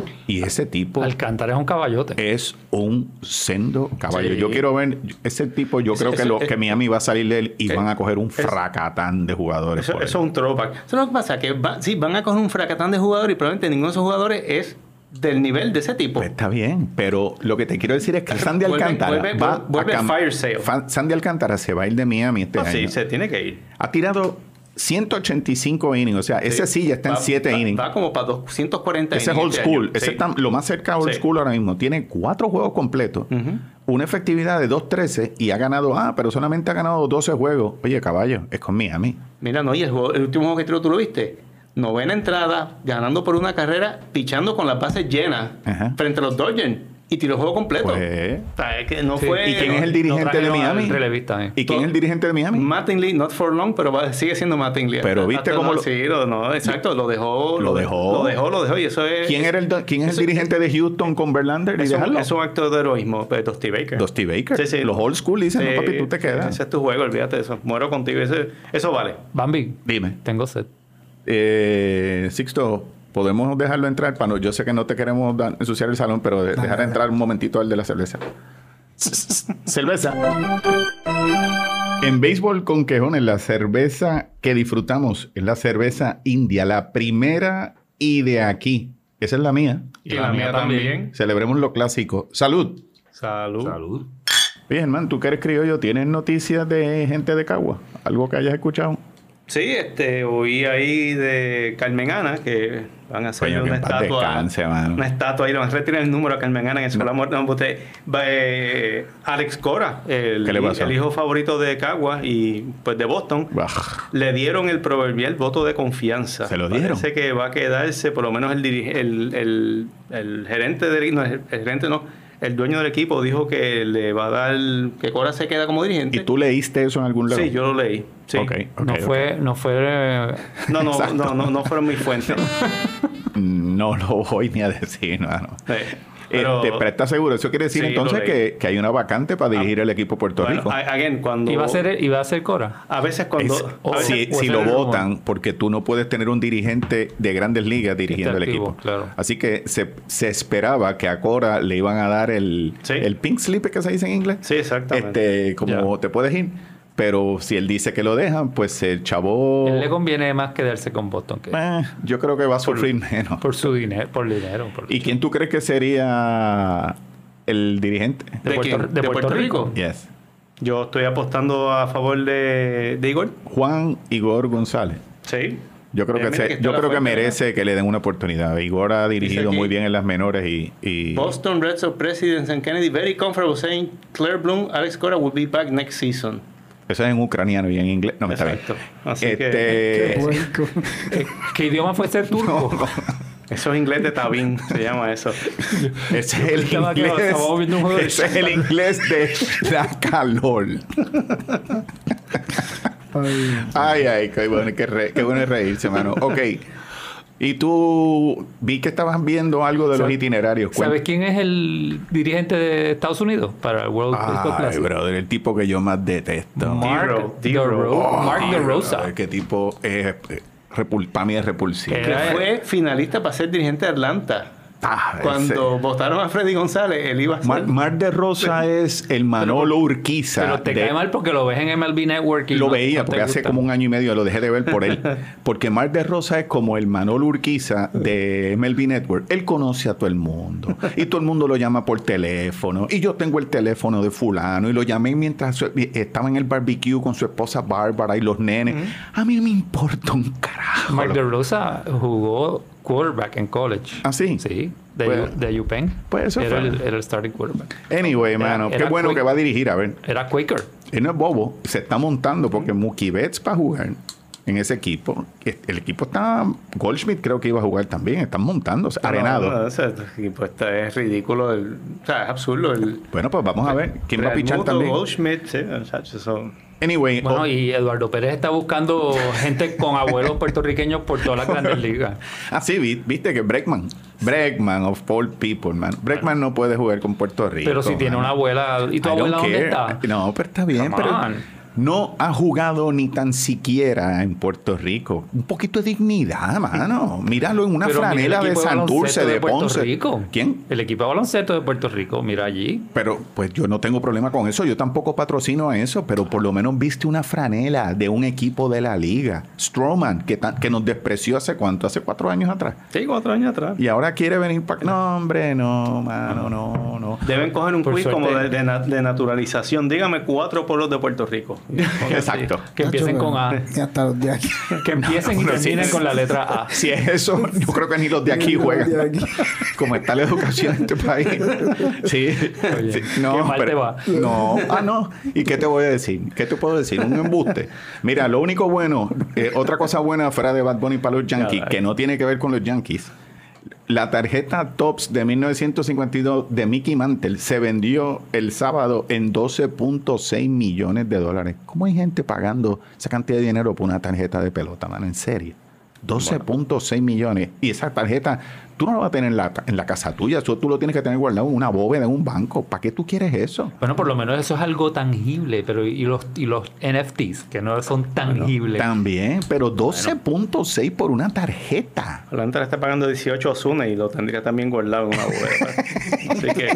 Y ese tipo Alcántara es un caballote. es un sendo caballo. Sí. Yo quiero ver ese tipo. Yo Ese- creo que, ese- lo, eh, que Miami va a salir de él y eh, van a coger un es- fracatán de jugadores. Eso, por eso él. es un throwback. Eso es lo que pasa, que va- sí, van a coger un fracatán de jugadores y probablemente ninguno de esos jugadores es del nivel de ese tipo. Pues está bien, pero lo que te quiero decir es que Sandy Vuelve- Alcántara vuelve- va vuelve a cam- fire sale. Fa- Sandy Alcántara se va a ir de Miami este No, año. sí, se tiene que ir. Ha tirado ciento ochenta y cinco innings, o sea, ese sí ya está en Va- siete va- innings. Va como para doscientos cuarenta Ese es innings old este school. año. Ese Sí. está lo más cerca a old Sí. school ahora mismo. Tiene cuatro juegos completos, Ujú. una efectividad de dos trece y ha ganado, ah, pero solamente ha ganado doce juegos. Oye, caballo, es con Miami. Mira, no, y el, juego- el último juego que tiró, ¿tú lo viste? Novena entrada, ganando por una carrera, pichando con las bases llenas Ajá. frente a los Dodgers. Y tiró el juego completo. Pues, O sea, es que no Sí. fue... ¿y quién es el Lo dirigente de trajeron al Miami? relevista, eh. ¿Y quién es el dirigente de Miami? Mattingly, not for long, pero va- sigue siendo Mattingly. Pero Hasta- viste hasta cómo no, lo- Sí, lo- no, exacto, lo dejó. Lo dejó. Lo dejó, lo dejó, y eso es... ¿Quién, era el, do- quién es eso- el dirigente de Houston con Verlander? ¿Y Es un, dejarlo? es un acto de heroísmo, pues, Dusty Baker. Dusty Baker. Sí, sí. Los old school dicen, Sí, no, papi, tú te quedas. Ese es tu juego, olvídate de eso. Muero contigo. Ese- eso vale. Bambi, Dime. tengo sed. Eh, Sixto, podemos dejarlo entrar. Para no- yo sé que no te queremos dar- ensuciar el salón, pero de- dejar entrar un momentito al de la cerveza. Cerveza. En Béisbol con Quejones, la cerveza que disfrutamos es la cerveza india, la primera y de aquí. Esa es la mía. Y la, mía también. Celebremos lo clásico. Salud. Salud. Salud. Oye, hermano, tú que eres criollo, ¿tienes noticias de gente de Cagua? ¿Algo que hayas escuchado? Sí, este, oí ahí de Carmen Ana que van a hacer Coño, que una en paz estatua. descanse, mano. Una estatua ahí, le van a retirar el número a Carmen Ana en el la muerte. No, usted, va, eh, Alex Cora, el, ¿Qué le pasó? el hijo favorito de Cagua y pues de Boston, Bah. le dieron el proverbial voto de confianza. ¿Se lo dieron? Parece que va a quedarse por lo menos el, dirige- el, el, el gerente de, no, el, el gerente no, el dueño del equipo dijo que le va a dar, que Cora se queda como dirigente. ¿Y tú leíste eso en algún lado? Sí, yo lo leí. Sí. Okay, okay, no, okay. Fue, no fue... eh, No, no, no, no, no fueron mis fuentes. No lo voy ni a decir, no. no. Sí. Pero, este, pero ¿estás seguro? Eso quiere decir sí, entonces lo leí. que, que hay una vacante para dirigir Ah, el equipo de Puerto bueno, Rico. again, cuando... ¿Iba a ser, iba a ser Cora? A veces cuando... Es- a veces- si o si ese lo era el rumor. votan, porque tú no puedes tener un dirigente de grandes ligas dirigiendo el activo, equipo. claro. Así que se, se esperaba que a Cora le iban a dar el, Sí. el pink slip, que se dice en inglés. Sí, exactamente. Este, como Ya. te puedes ir. Pero si él dice que lo dejan, pues el chavo... Él le conviene más quedarse con Boston que eh, yo creo que va a sufrir menos. por su dinero, por dinero. Por ¿Y quién tú crees que sería el dirigente? de, ¿De Puerto, quién? de ¿De Puerto Puerto Rico? Rico? Yes. Yo estoy apostando a favor de, de Igor. Juan Igor González. Sí. Yo creo que, Obviamente se- que está yo la creo que fuente, merece que le den una oportunidad. Igor ha dirigido aquí, muy bien en las menores y... y- Boston Red Sox President and Kennedy very comfortable saying Claire Bloom, Alex Cora will be back next season. Eso es en ucraniano y en inglés. No, me está bien. Exacto. Así Este, Qué puerco. ¿Qué idioma fue ser turco? Eso es inglés de Tabín, se llama eso. Ese es el pensaba que inglés. estábamos viendo un juego de Ese es el inglés de la calor. Ay, Ay, ay, qué bueno, qué, re- qué bueno es reírse, mano. Ok. Y tú vi que estabas viendo algo de los itinerarios. ¿Sabes quién es el dirigente de Estados Unidos para el World Baseball Ay, Classic? brother, el tipo que yo más detesto. Mark D-Row. DeRo- Mark Ay, DeRosa. brother, qué tipo es, eh, repul- para mí es repulsivo. Eh, Que fue finalista para ser dirigente de Atlanta. Ah, Cuando ese- votaron a Freddy González, él iba a ser... Mar, Mar de Rosa es el Manolo Urquiza. Pero te de- cae mal porque lo ves en M L B Network. Y Lo no- veía no te porque hace gusta. como un año y medio lo dejé de ver por él. Porque Mar de Rosa es como el Manolo Urquiza de M L B Network. Él conoce a todo el mundo. Y todo el mundo lo llama por teléfono. Y yo tengo el teléfono de fulano. Y lo llamé mientras su- estaba en el barbecue con su esposa Bárbara y los nenes. A mí no me importa un carajo. Mark DeRosa jugó quarterback en college. ¿Ah, sí? Sí, de, Pues- de UPenn. pues eso era fue. el, era el starting quarterback. Anyway, mano. era Qué bueno quick. que va a dirigir. A ver. Era Quaker. Él no es bobo. Se está montando porque Mookie Betts para jugar en ese equipo. El equipo está... Goldschmidt creo que iba a jugar también. Están montándose. Arenado. No, no, ese equipo está- es ridículo. el- o sea, es absurdo. El, Bueno, pues vamos a ver. ¿Quién va a pichar Realmuto, también? Goldschmidt, sí, muchachos, eso... Anyway, Bueno, oh, y Eduardo Pérez está buscando gente con abuelos puertorriqueños por todas las grandes ligas. ah, sí, vi- viste que Breckman, Breckman of all people, man. Breckman no puede jugar con Puerto Rico. Pero si tiene man. una abuela. ¿Y tu I don't abuela dónde care. está? No, pero está bien, Come pero on. no ha jugado ni tan siquiera en Puerto Rico. Un poquito de dignidad, mano. Míralo en una Pero mira el franela de equipo Santurce, baloncesto de Puerto Ponce. Rico. ¿Quién? El equipo de baloncesto de Puerto Rico. Mira allí. Pero pues yo no tengo problema con eso, yo tampoco patrocino a eso, pero por lo menos viste una franela de un equipo de la liga, Stroman, que, ta- que nos despreció hace cuánto, hace cuatro años atrás. Sí, cuatro años atrás. Y ahora quiere venir para... No, hombre, no, mano, no, no. Deben coger un Por quiz suerte. como de, de na- de naturalización. Dígame cuatro pueblos de Puerto Rico. Exacto. Que empiecen Nacho, con A. Y hasta los de aquí. Que empiecen y Bueno, sí. terminen con la letra A. Si es eso, yo creo que ni los de aquí Ni los juegan. de aquí. Como está la educación en este país. Sí. Oye, sí. No, qué mal pero- te va. No. Ah, no. ¿Y qué te voy a decir? ¿Qué te puedo decir? Un embuste. Mira, lo único bueno, eh, otra cosa buena fuera de Bad Bunny para los Yankees, Ya, que no tiene que ver con los Yankees. La tarjeta Topps de mil novecientos cincuenta y dos de Mickey Mantle se vendió el sábado en doce punto seis millones de dólares. ¿Cómo hay gente pagando esa cantidad de dinero por una tarjeta de pelota, mano? En serio. doce punto seis millones. Y esa tarjeta, tú no la vas a tener en la, en la casa tuya. Eso tú lo tienes que tener guardado en una bóveda, en un banco. ¿Para qué tú quieres eso? Bueno, por lo menos eso es algo tangible, pero y los, y los N F Ts, que no son tangibles. También, pero doce punto seis por una tarjeta. Atlanta le está pagando dieciocho a Osuna y lo tendría también guardado en una bóveda. Así que...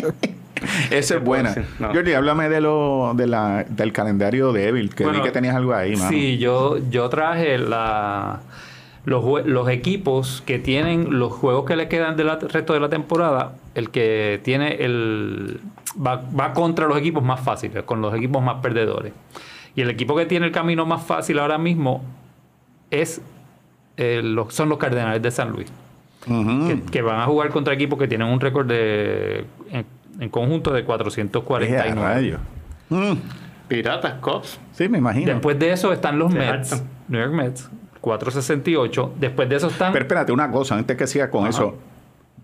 Esa es buena. decir? No. Jordi, háblame de lo, de la, del calendario débil, que Bueno, vi que tenías algo ahí, mano. Sí, yo, yo traje la, los, jue- los equipos que tienen los juegos que le quedan del resto de la temporada. El que tiene el... Va, va contra los equipos más fáciles, con los equipos más perdedores. Y el equipo que tiene el camino más fácil ahora mismo es eh, los, son los Cardenales de San Luis. Ujú. que, que van a jugar contra equipos que tienen un récord de en, en conjunto de cuatrocientos cuarenta y Eh, a nueve. rayos. Mm, Piratas, Cubs. sí, me imagino. Después de eso están los Mets, Exacto. New York Mets, cuatrocientos sesenta y ocho. Después de eso están... Pero espérate, una cosa, antes que siga con Ajá. eso.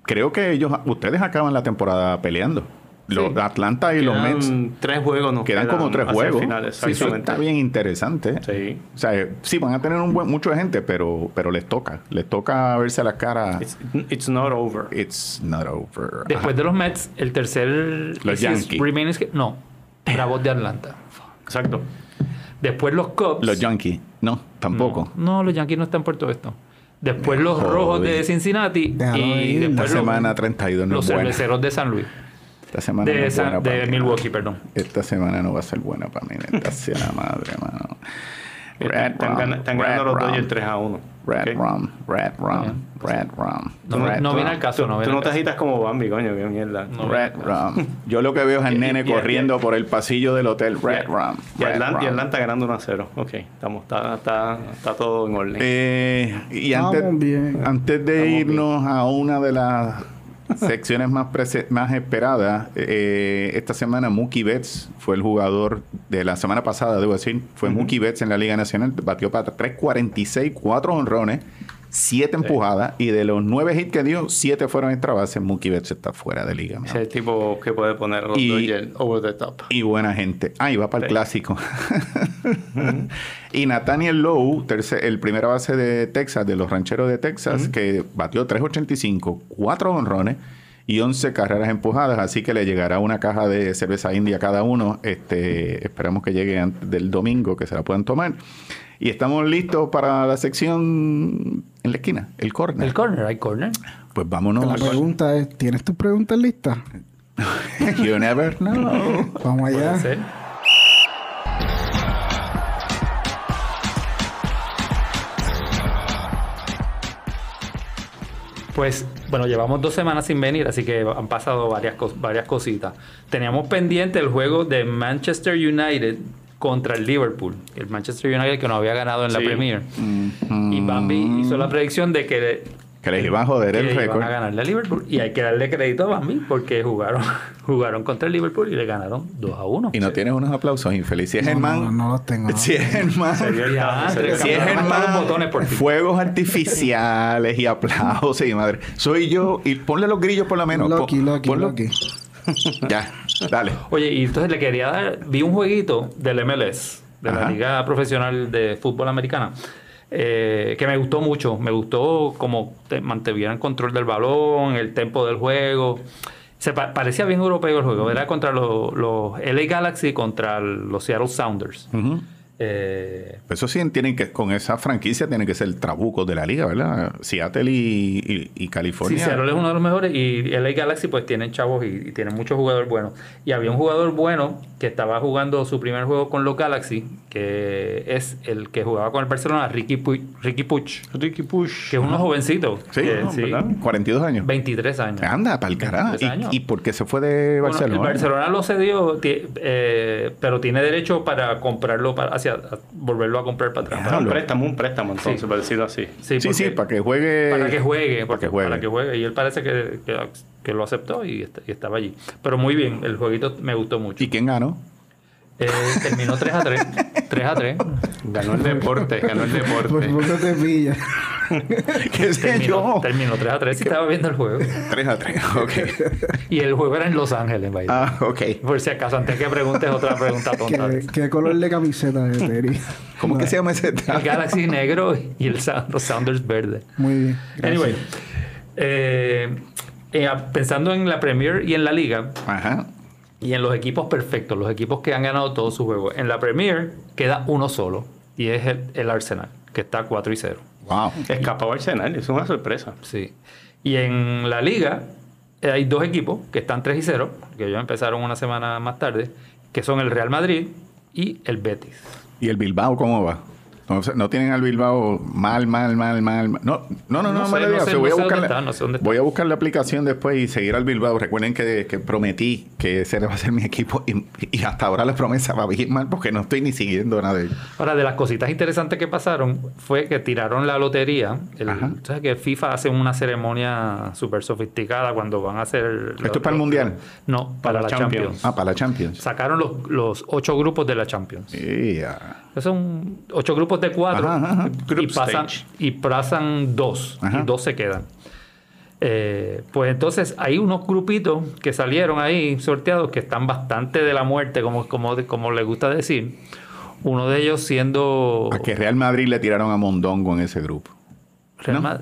creo que ellos, ustedes acaban la temporada peleando. Los Sí. Atlanta y los Quedan Mets tres juegos nos quedan como tres hacia el juegos. final, Sí, eso exactamente. está bien interesante. Sí. O sea, eh, sí, van a tener un buen, mucho de gente, pero, pero les toca. Les toca verse las caras. It's, it's not over. It's not over. Después Ajá. de los Mets, el tercer... Los ese es Yankees. remaining sch- No, Bravos de Atlanta. Exacto. Después los Cubs. Los Yankees. No, tampoco. No, no, los Yankees no están en Puerto esto. Después los Joder. Rojos de Cincinnati. Déjalo y ir. Esta después los, semana treinta y dos no los es buena. cerveceros de San Luis. Esta semana no De, es San- buena de para mí. Milwaukee, perdón. Esta semana no va a ser buena para mí. Esta sea la madre, mano. Red Están, rum, gan- están red ganando los rum, Dodgers tres a uno. Red ¿ok? rum, red rum, red rum. No, red no rum, viene al caso, Tú, no tú viene no al te caso. agitas como Bambi, coño, qué mierda. No. Red rum. Yo lo que veo es al Y- nene y- y- corriendo y- por el pasillo del hotel. Red Y- rum. Y red Atlanta, y rum. Atlanta ganando uno a cero. Ok, estamos, está, está, está todo en orden. Eh, y Estamos antes, bien. antes de Estamos irnos a una de las secciones más, prese- más esperadas, eh, esta semana Mookie Betts fue el jugador de la semana pasada, debo decir, fue Mookie Betts en la Liga Nacional, batió para tres cuarenta y seis, cuatro honrones, siete empujadas, y de los nueve hits que dio, siete fueron extra bases. Mookie Betts está fuera de liga. Ese es el tipo que puede poner a los Y- Dodgers over the top. Y buena gente. Ah, y va para el Sí. clásico. Y Nathaniel Lowe, tercer- el primera base de Texas, de los rancheros de Texas, que batió tres ochenta y cinco, cuatro honrones y once carreras empujadas. Así que le llegará una caja de cerveza india a cada uno. Este, esperamos que llegue antes del domingo, que se la puedan tomar. Y estamos listos para la sección en la esquina, el corner. El corner, hay corner. Pues vámonos. La pregunta es, ¿tienes tus preguntas listas? You never know. Vamos allá. Puede ser. Pues, bueno, llevamos dos semanas sin venir, así que han pasado varias, cos- varias cositas. Teníamos pendiente el juego de Manchester United contra el Liverpool. El Manchester United que no había ganado en la Sí. Premier. Y Bambi hizo la predicción de que Que les iba a joder que el iban récord. a ganarle a Liverpool. Y hay que darle crédito a Bambi porque jugaron, jugaron contra el Liverpool y le ganaron dos a uno. Y no tienes unos aplausos, infeliz. Si es No, Germán. no, no los tengo. Si es Germán. Se dio el Ya, cambio, se dio el Si es cambio. Germán, Germán, los botones por ti. fuegos artificiales y aplausos y madre. Soy yo. Y ponle los grillos por lo menos. Loki, Pon- Loki, ponlo- Loki. Ya, dale. Oye, y entonces le quería dar, vi un jueguito del M L S, de la Ajá. Liga Profesional de Fútbol Americana, eh, que me gustó mucho. Me gustó como te- mantuvieran control del balón, el tempo del juego. Se pa- parecía bien europeo el juego. Era contra los, los L A Galaxy contra los Seattle Sounders. Ujú. Eh, Eso sí, tienen que, con esa franquicia tienen que ser trabucos de la liga, ¿verdad? Seattle y, y, y Sí, California. Seattle es uno de los mejores y L A Galaxy pues tienen chavos y, y tienen muchos jugadores buenos. Y había un jugador bueno que estaba jugando su primer juego con los Galaxy, que es el que jugaba con el Barcelona, Ricky Puig, Ricky Puig, Ricky Push. que es uno jovencito. Sí, que- no, sí, ¿verdad? cuarenta y dos años. veintitrés años. Anda, para el carajo. veintitrés años. ¿Y, ¿Y por qué se fue de Bueno, Barcelona? el Barcelona lo cedió, ti- eh, pero tiene derecho para comprarlo, para, hacia, a volverlo a comprar para atrás. Ah, un lo- préstamo, un préstamo, entonces, Sí. para decirlo así. Sí, sí, porque- para que juegue. para que juegue, Para porque- que juegue. para que juegue. Y él parece que, que, que lo aceptó y, est- y estaba allí. Pero muy bien, el jueguito me gustó mucho. ¿Y quién ganó? Eh, terminó tres a tres. tres a tres. Ganó el deporte, ganó el Por deporte. poco te pilla. ¿Qué sé Terminó, yo? terminó tres a tres y estaba viendo el juego. tres a tres, ok. Y el juego era en Los Ángeles, by the way. Ah, ok. Por si acaso, antes que preguntes otra pregunta tonta. ¿Qué, qué color de camiseta es, Terry? ¿Cómo que se llama ese El tal? Galaxy negro y el Sound- los Sounders verde. Muy bien. Anyway, eh, eh, pensando en la Premier y en la Liga, Ajá. y en los equipos perfectos, los equipos que han ganado todos sus juegos. En la Premier queda uno solo, y es el, el Arsenal, que está cuatro y cero. Wow. Escapó Arsenal, eso es una sorpresa. Sí. Y en la Liga eh, hay dos equipos que están tres y cero, que ellos empezaron una semana más tarde, que son el Real Madrid y el Betis. ¿Y el Bilbao cómo va? No, sé, no tienen al Bilbao mal, mal, mal, mal. mal. No, no, no, no, No me sé, lo no digas. sé, voy, no a sé buscar dónde la, está, no sé dónde está. voy a buscar la aplicación después y seguir al Bilbao. Recuerden que, que prometí que ese va a ser mi equipo y, y hasta ahora la promesa va bien mal porque no estoy ni siguiendo nada de ellos. Ahora, de las cositas interesantes que pasaron fue que tiraron la lotería. El, Ajá. ¿sabes que FIFA hace una ceremonia súper sofisticada cuando van a hacer... ¿Esto es para el Mundial? No, para, la Champions. Champions. Ah, para la Champions. Sacaron los, los ocho grupos de la Champions. Yeah. Esos son ocho grupos de cuatro. Ajá, ajá. Y Group pasan, stage. y pasan dos. Ajá. Y dos se quedan. Eh, pues entonces hay unos grupitos que salieron ahí sorteados que están bastante de la muerte, como, como, como le gusta decir. Uno de ellos siendo... A que Real Madrid le tiraron a Mondongo en ese grupo. Real, ¿no? Ma-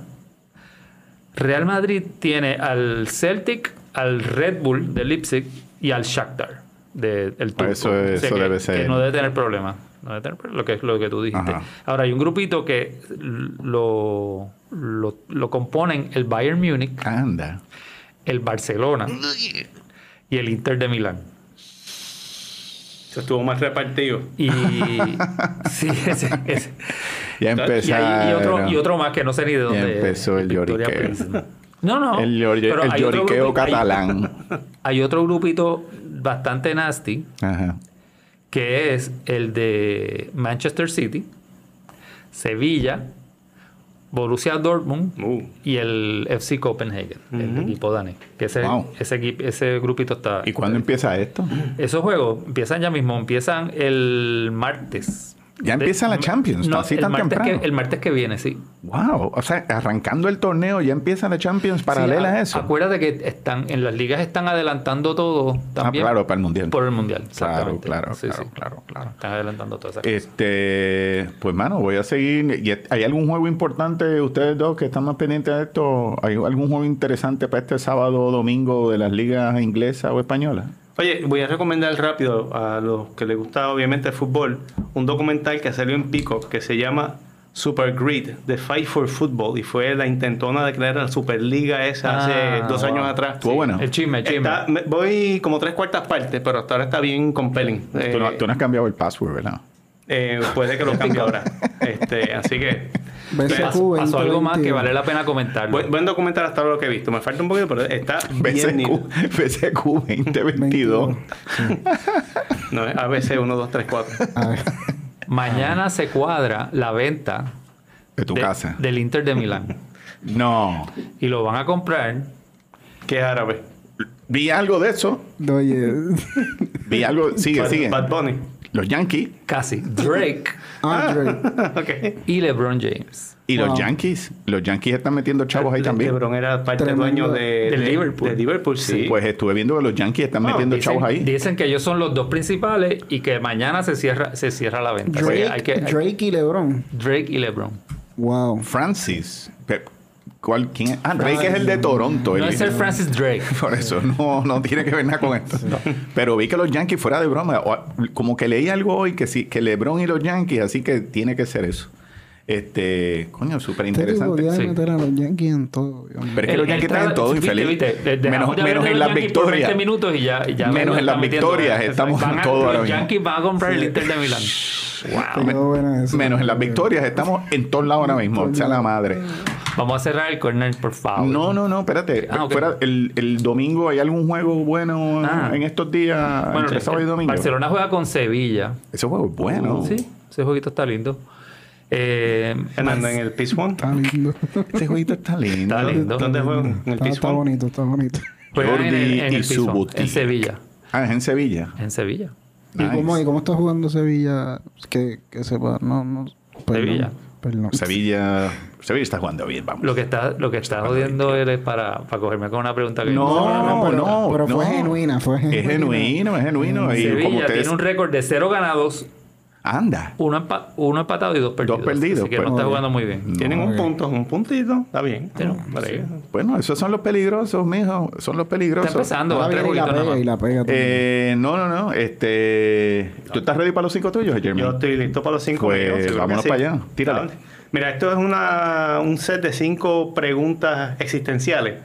Real Madrid tiene al Celtic, al Red Bull de Leipzig y al Shakhtar de, del turco. Eso es- O sea eso que- debe ser. que no debe tener problema. No debe tener problema, lo que es lo que tú dijiste. Ajá. Ahora, hay un grupito que lo, lo, lo componen el Bayern Múnich, Anda. el Barcelona y el Inter de Milán. Eso estuvo más repartido. Y sí, ese, ese. Ya Y, empezaron. hay- y otro, y otro más que no sé ni de dónde es. empezó el Victoria lloriqueo. Pilsen. No, no. El, llori- pero el hay otro lloriqueo grupi- hay- catalán. Hay otro grupito bastante nasty Ajá. que es el de Manchester City, Sevilla, Borussia Dortmund Uh. y el F C Copenhagen, el equipo danés. Que ese, Wow. ese, equi- ese grupito está... ¿Y cuándo empieza esto? Esos juegos empiezan ya mismo, empiezan el martes. Ya empieza la Champions, No, así el tan martes temprano. que, el martes que viene, sí. Wow. O sea, arrancando el torneo ya empieza la Champions paralela Sí, a eso. Acuérdate que están en las ligas están adelantando todo también. Ah, claro, para el Mundial. Por el mundial, Claro, exactamente. claro, Sí, claro, sí. claro, claro. Están adelantando todas esas cosas. Este, pues mano, voy a seguir. ¿Y ¿Hay algún juego importante, ustedes dos que están más pendientes de esto? ¿Hay algún juego interesante para este sábado o domingo de las ligas inglesas o españolas? Oye, voy a recomendar rápido a los que les gusta obviamente el fútbol un documental que salió en Peacock que se llama Super Grid, The Fight for Football, y fue la intentona de crear la Superliga esa hace Ah, dos wow. años atrás. Estuvo bueno. El chisme, el chisme. Está- me- voy como tres cuartas partes, pero hasta ahora está bien compelling. tú, Eh, no, tú no has cambiado el password, ¿verdad? eh, puede que lo cambie ahora. Este, así que B C Pasó, Q pasó algo más que veinte vale la pena comentarlo. buen, buen documental hasta ahora lo que he visto. Me falta un poquito, pero está bien nítido. B C Q, B C Q veinte veintidós. No, es A B C uno, dos, tres, cuatro. A ver. Mañana se cuadra la venta De tu de- casa. del Inter de Milán. No. Y lo van a comprar. ¿Qué es árabe? Vi algo de eso. Oye. Vi algo. Sigue, Bad, sigue. Bad Bunny. Los Yankees. Casi. Drake Andre. Ok. y LeBron James. Y Wow. los Yankees. Los Yankees están metiendo chavos ahí Le- también. LeBron era parte Tremendo. dueño de, Del de- Liverpool. de Liverpool, sí. Pues estuve viendo que los Yankees están Ah, metiendo Dicen, chavos ahí. dicen que ellos son los dos principales y que mañana se cierra, se cierra la venta. Así que Drake, hay que- hay- Drake y LeBron. Drake y LeBron. Wow. Francis. Pe- ¿Cuál, quién es? Ah, Drake es el de Toronto. No el- es el Francis Drake. Por eso no, no tiene que ver nada con esto. Pero vi que los Yankees, fuera de broma, o- como que leí algo hoy que sí, que LeBron y los Yankees, así que tiene que ser eso. Este, coño, súper Este tipo interesante. podía sí. meter a los Yankees en todo. Dios mío. Pero es que los Él- Yankees él traen tra- todo viste, infeliz. viste, de- dejamos Menos, de hablar menos de en los las Yankees por victorias. veinte minutos y ya, y ya Menos me en las está metiendo- victorias, estamos Van a- todos ahora Los mismo. Yankees van a comprar el Inter de Milán. Te quedó buena esa. Menos en las victorias, estamos en todos lados ahora mismo. O sea, la madre. Vamos a cerrar el corner, por favor. No, no, no, espérate. Ah, ok. Fuera, el, el domingo, ¿hay algún juego bueno Ah. en estos días Bueno, entre sábado y domingo? Barcelona juega con Sevilla. Ese juego es bueno. Sí, ese jueguito está lindo. Eh, Fernando, en el Peace One. Está lindo. Ese jueguito está lindo. Está lindo. ¿Dónde juegan? En el Está, Peace está One. bonito, está bonito. juegan en el, Jordi en el y piso, Subuti. en Sevilla. Ah, es en Sevilla. En Sevilla. ¿Y, cómo, ¿Y cómo está jugando Sevilla? Que, que sepa, no, no. Perdón, Sevilla. Perdón. Sevilla, Sevilla está jugando bien, vamos. Lo que está, lo que está jodiendo él es para, para cogerme con una pregunta que No, pero, no, pero fue no. genuina, fue genuina. Es genuino, es genuino. Y como Sevilla ustedes... tiene un récord de cero ganados, Anda. uno, empa- uno empatado y dos perdidos. perdidos, Así que pues. no está jugando muy bien. Tienen No, un eh. punto, un puntito. Está bien. Pero, Por ahí. Bueno, esos son los peligrosos, mijo. Son los Está peligrosos. empezando, Ahora van tres viene y la jueguitos nada pega y más. la pega. también. Eh, no, no, no. Este, ¿tú estás ready para los cinco tuyos, Jeremy? Yo estoy listo para los cinco. Pues, míos, seguro vámonos que sí. para allá. Tírale. Dale. Mira, esto es una, un set de cinco preguntas existenciales,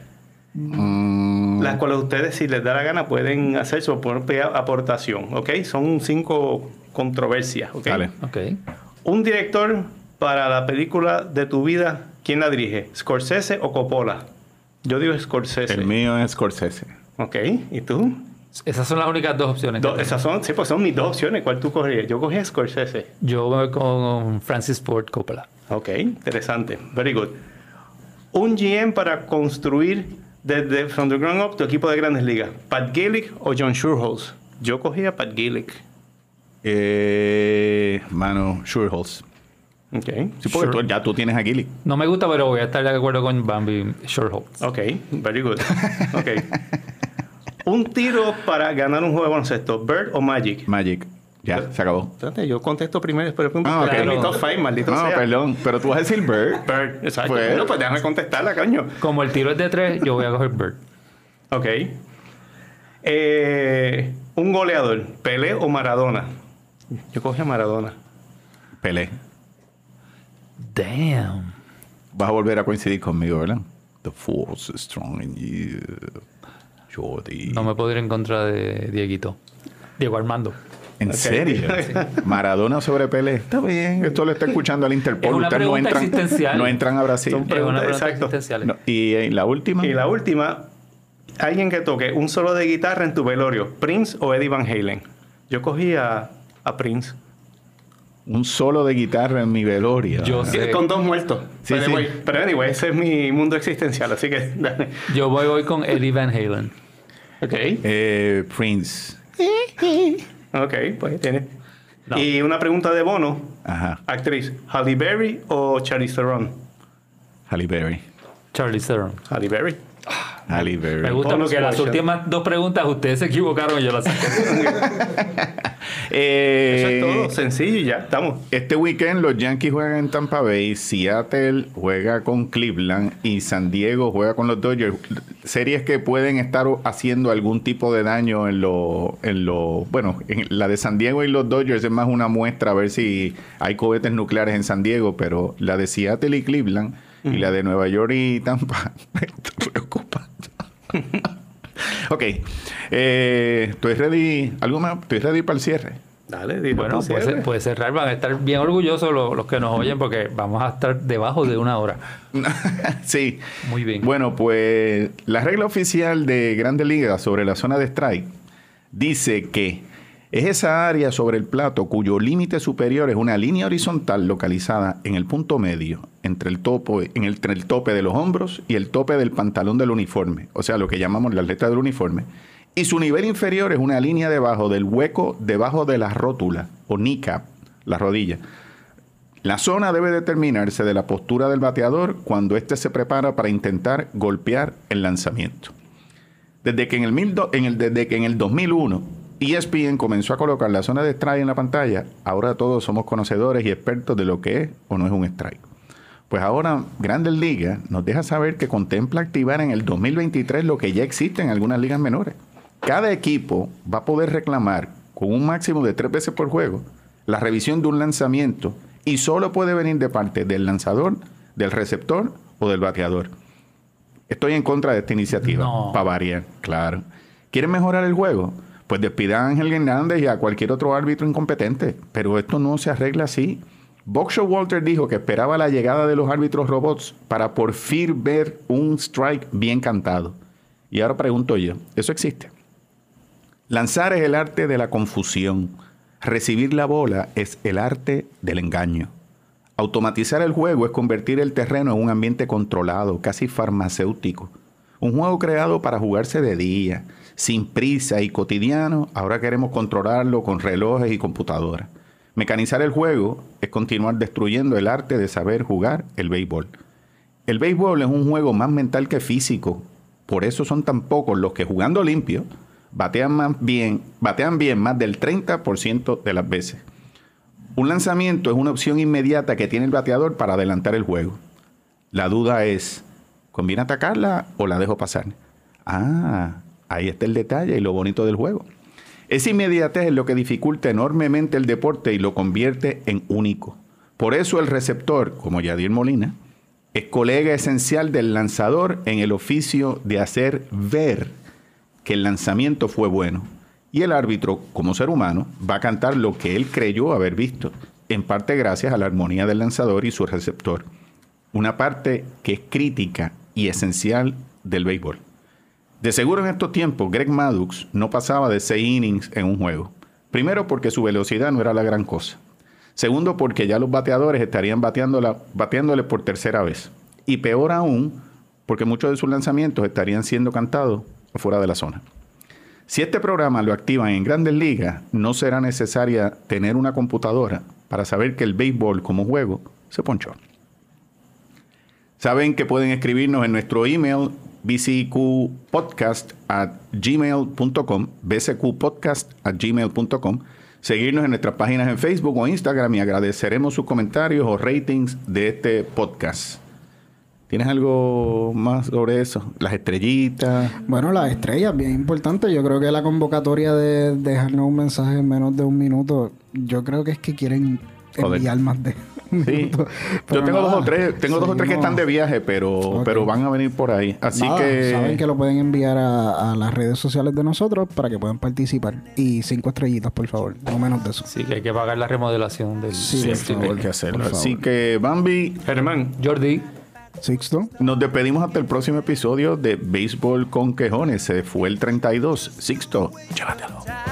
Mm, las cuales ustedes, si les da la gana, pueden hacer su propia aportación, ¿ok? Son cinco controversias, ¿ok? Dale. Ok. Un director para la película de tu vida, ¿quién la dirige? ¿Scorsese o Coppola? Yo digo Scorsese. El mío es Scorsese. Ok, ¿y tú? Esas son las únicas dos opciones. que Do- tengo. esas son, sí, pues son mis dos opciones. ¿Cuál tú cogerías? Yo cogí a Scorsese. Yo me voy con Francis Ford Coppola. Ok, interesante. Very good. Un G M para construir desde From the Ground Up tu equipo de Grandes Ligas. ¿Pat Gillick o John Schuerholz? Yo cogí a Pat Gillick. Eh, mano, Schuerholz. Ok. Sí, porque tú- ya tú tienes a Gilly. No me gusta, pero voy a estar de acuerdo con Bambi. Short holds. Ok, very good. Ok. Un tiro para ganar un juego de baloncesto, Bird o Magic. Magic. Ya, se acabó. Espérate, yo contesto primero, pero Ah, ok. es mi top five, maldito No, sea. perdón, pero tú vas a decir Bird. Bird, exacto. Pues- Bueno, pues déjame contestarla, coño. Como el tiro es de tres, yo voy a coger Bird. Ok. Eh, un goleador, Pelé o Maradona. Yo cogí a Maradona. Pelé. Damn. Vas a volver a coincidir conmigo, ¿verdad? The force is strong in you, Jordi. No me puedo ir en contra de Dieguito. Diego Armando. ¿En Ok. serio? Maradona sobre Pelé. Está bien. Esto lo está escuchando al Interpol. Es una Ustedes no pregunta entran, existencial. no entran a Brasil. Son Es una preguntas, pregunta exacto. existencial. No, y eh, la última. Y la última, alguien que toque un solo de guitarra en tu velorio, Prince o Eddie Van Halen. Yo cogí a, a Prince. Un solo de guitarra en mi velorio. Yo Sí, sé. con dos muertos. Sí, pero, sí. anyway, pero anyway, ese es mi mundo existencial, así que dale. Yo voy, voy con Eddie Van Halen. Ok. Eh, Prince. Ok, pues tiene. No. Y una pregunta de bono. Ajá. Actriz, Halle Berry o Charlize Theron. Halle Berry. Charlie Theron. Halle Berry. Halle Berry. Me gusta Bonus porque las question. últimas dos preguntas ustedes se equivocaron y yo las saqué. Eh, Eso es todo, sencillo y ya, estamos. Este weekend los Yankees juegan en Tampa Bay, Seattle juega con Cleveland y San Diego juega con los Dodgers. Series que pueden estar haciendo algún tipo de daño en lo, en lo, bueno, en la de San Diego y los Dodgers es más una muestra a ver si hay cohetes nucleares en San Diego, pero la de Seattle y Cleveland y la de Nueva York y Tampa me está preocupando. Ok, eh, estoy ready. ¿Algo más? Estoy ready para el cierre. Dale, dile Bueno, tu puede, cierre. ser- puede cerrar. Van a estar bien orgullosos los, los que nos oyen porque vamos a estar debajo de una hora. Sí. Muy bien. Bueno, pues la regla oficial de Grandes Ligas sobre la zona de strike dice que es esa área sobre el plato cuyo límite superior es una línea horizontal localizada en el punto medio entre el tope, en el, entre el tope de los hombros y el tope del pantalón del uniforme, o sea, lo que llamamos la letra del uniforme. Y su nivel inferior es una línea debajo del hueco debajo de la rótula o kneecap, la rodilla. La zona debe determinarse de la postura del bateador cuando éste se prepara para intentar golpear el lanzamiento. Desde que en el, mil do- en el, desde que en el dos mil uno E S P N comenzó a colocar la zona de strike en la pantalla, ahora todos somos conocedores y expertos de lo que es o no es un strike. Pues ahora Grandes Ligas nos deja saber que contempla activar en el dos mil veintitrés lo que ya existe en algunas ligas menores. Cada equipo va a poder reclamar con un máximo de tres veces por juego la revisión de un lanzamiento y solo puede venir de parte del lanzador, del receptor o del bateador. Estoy en contra de esta iniciativa, No. para variar, claro. ¿Quieren mejorar el juego? Pues despidan a Ángel Hernández y a cualquier otro árbitro incompetente. Pero esto no se arregla así. Buck Showalter dijo que esperaba la llegada de los árbitros robots para por fin ver un strike bien cantado. Y ahora pregunto yo, ¿eso existe? Lanzar es el arte de la confusión. Recibir la bola es el arte del engaño. Automatizar el juego es convertir el terreno en un ambiente controlado, casi farmacéutico. Un juego creado para jugarse de día, sin prisa y cotidiano, ahora queremos controlarlo con relojes y computadoras. Mecanizar el juego es continuar destruyendo el arte de saber jugar el béisbol. El béisbol es un juego más mental que físico. Por eso son tan pocos los que jugando limpio batean, más bien, batean bien más del treinta por ciento de las veces. Un lanzamiento es una opción inmediata que tiene el bateador para adelantar el juego. La duda es, ¿conviene atacarla o la dejo pasar? Ah, ahí está el detalle y lo bonito del juego. Esa inmediatez es lo que dificulta enormemente el deporte y lo convierte en único. Por eso el receptor, como Yadier Molina, es colega esencial del lanzador en el oficio de hacer ver que el lanzamiento fue bueno. Y el árbitro, como ser humano, va a cantar lo que él creyó haber visto, en parte gracias a la armonía del lanzador y su receptor. Una parte que es crítica y esencial del béisbol. De seguro en estos tiempos, Greg Maddux no pasaba de seis innings en un juego. Primero porque su velocidad no era la gran cosa. Segundo porque ya los bateadores estarían bateándola, bateándole por tercera vez. Y peor aún, porque muchos de sus lanzamientos estarían siendo cantados afuera de la zona. Si este programa lo activan en Grandes Ligas, no será necesaria tener una computadora para saber que el béisbol como juego Se ponchó. Saben que pueden escribirnos en nuestro email b c q podcast at gmail punto com, b c q podcast at gmail punto com, seguirnos en nuestras páginas en Facebook o Instagram y agradeceremos sus comentarios o ratings de este podcast. ¿Tienes algo más sobre eso? Las estrellitas. Bueno, las estrellas, bien importante. Yo creo que la convocatoria de dejarnos un mensaje en menos de un minuto, yo creo que es que quieren enviar Joder. más de un Sí. minuto. Yo tengo nada, dos o tres, tengo dos o tres que seguimos. están de viaje, pero, Ok. pero van a venir por ahí. Así Nada, que saben que lo pueden enviar a, a las redes sociales de nosotros para que puedan participar. Y cinco estrellitas, por favor. No menos de eso. Sí, que hay que pagar la remodelación del... Sí, sí, por sí, favor, hay que hacerlo. por Así favor. que, Bambi, Germán. Jordi. Sixto. nos despedimos hasta el próximo episodio de Béisbol con Quejones. Se fue el treinta y dos. Sixto, llévatelo.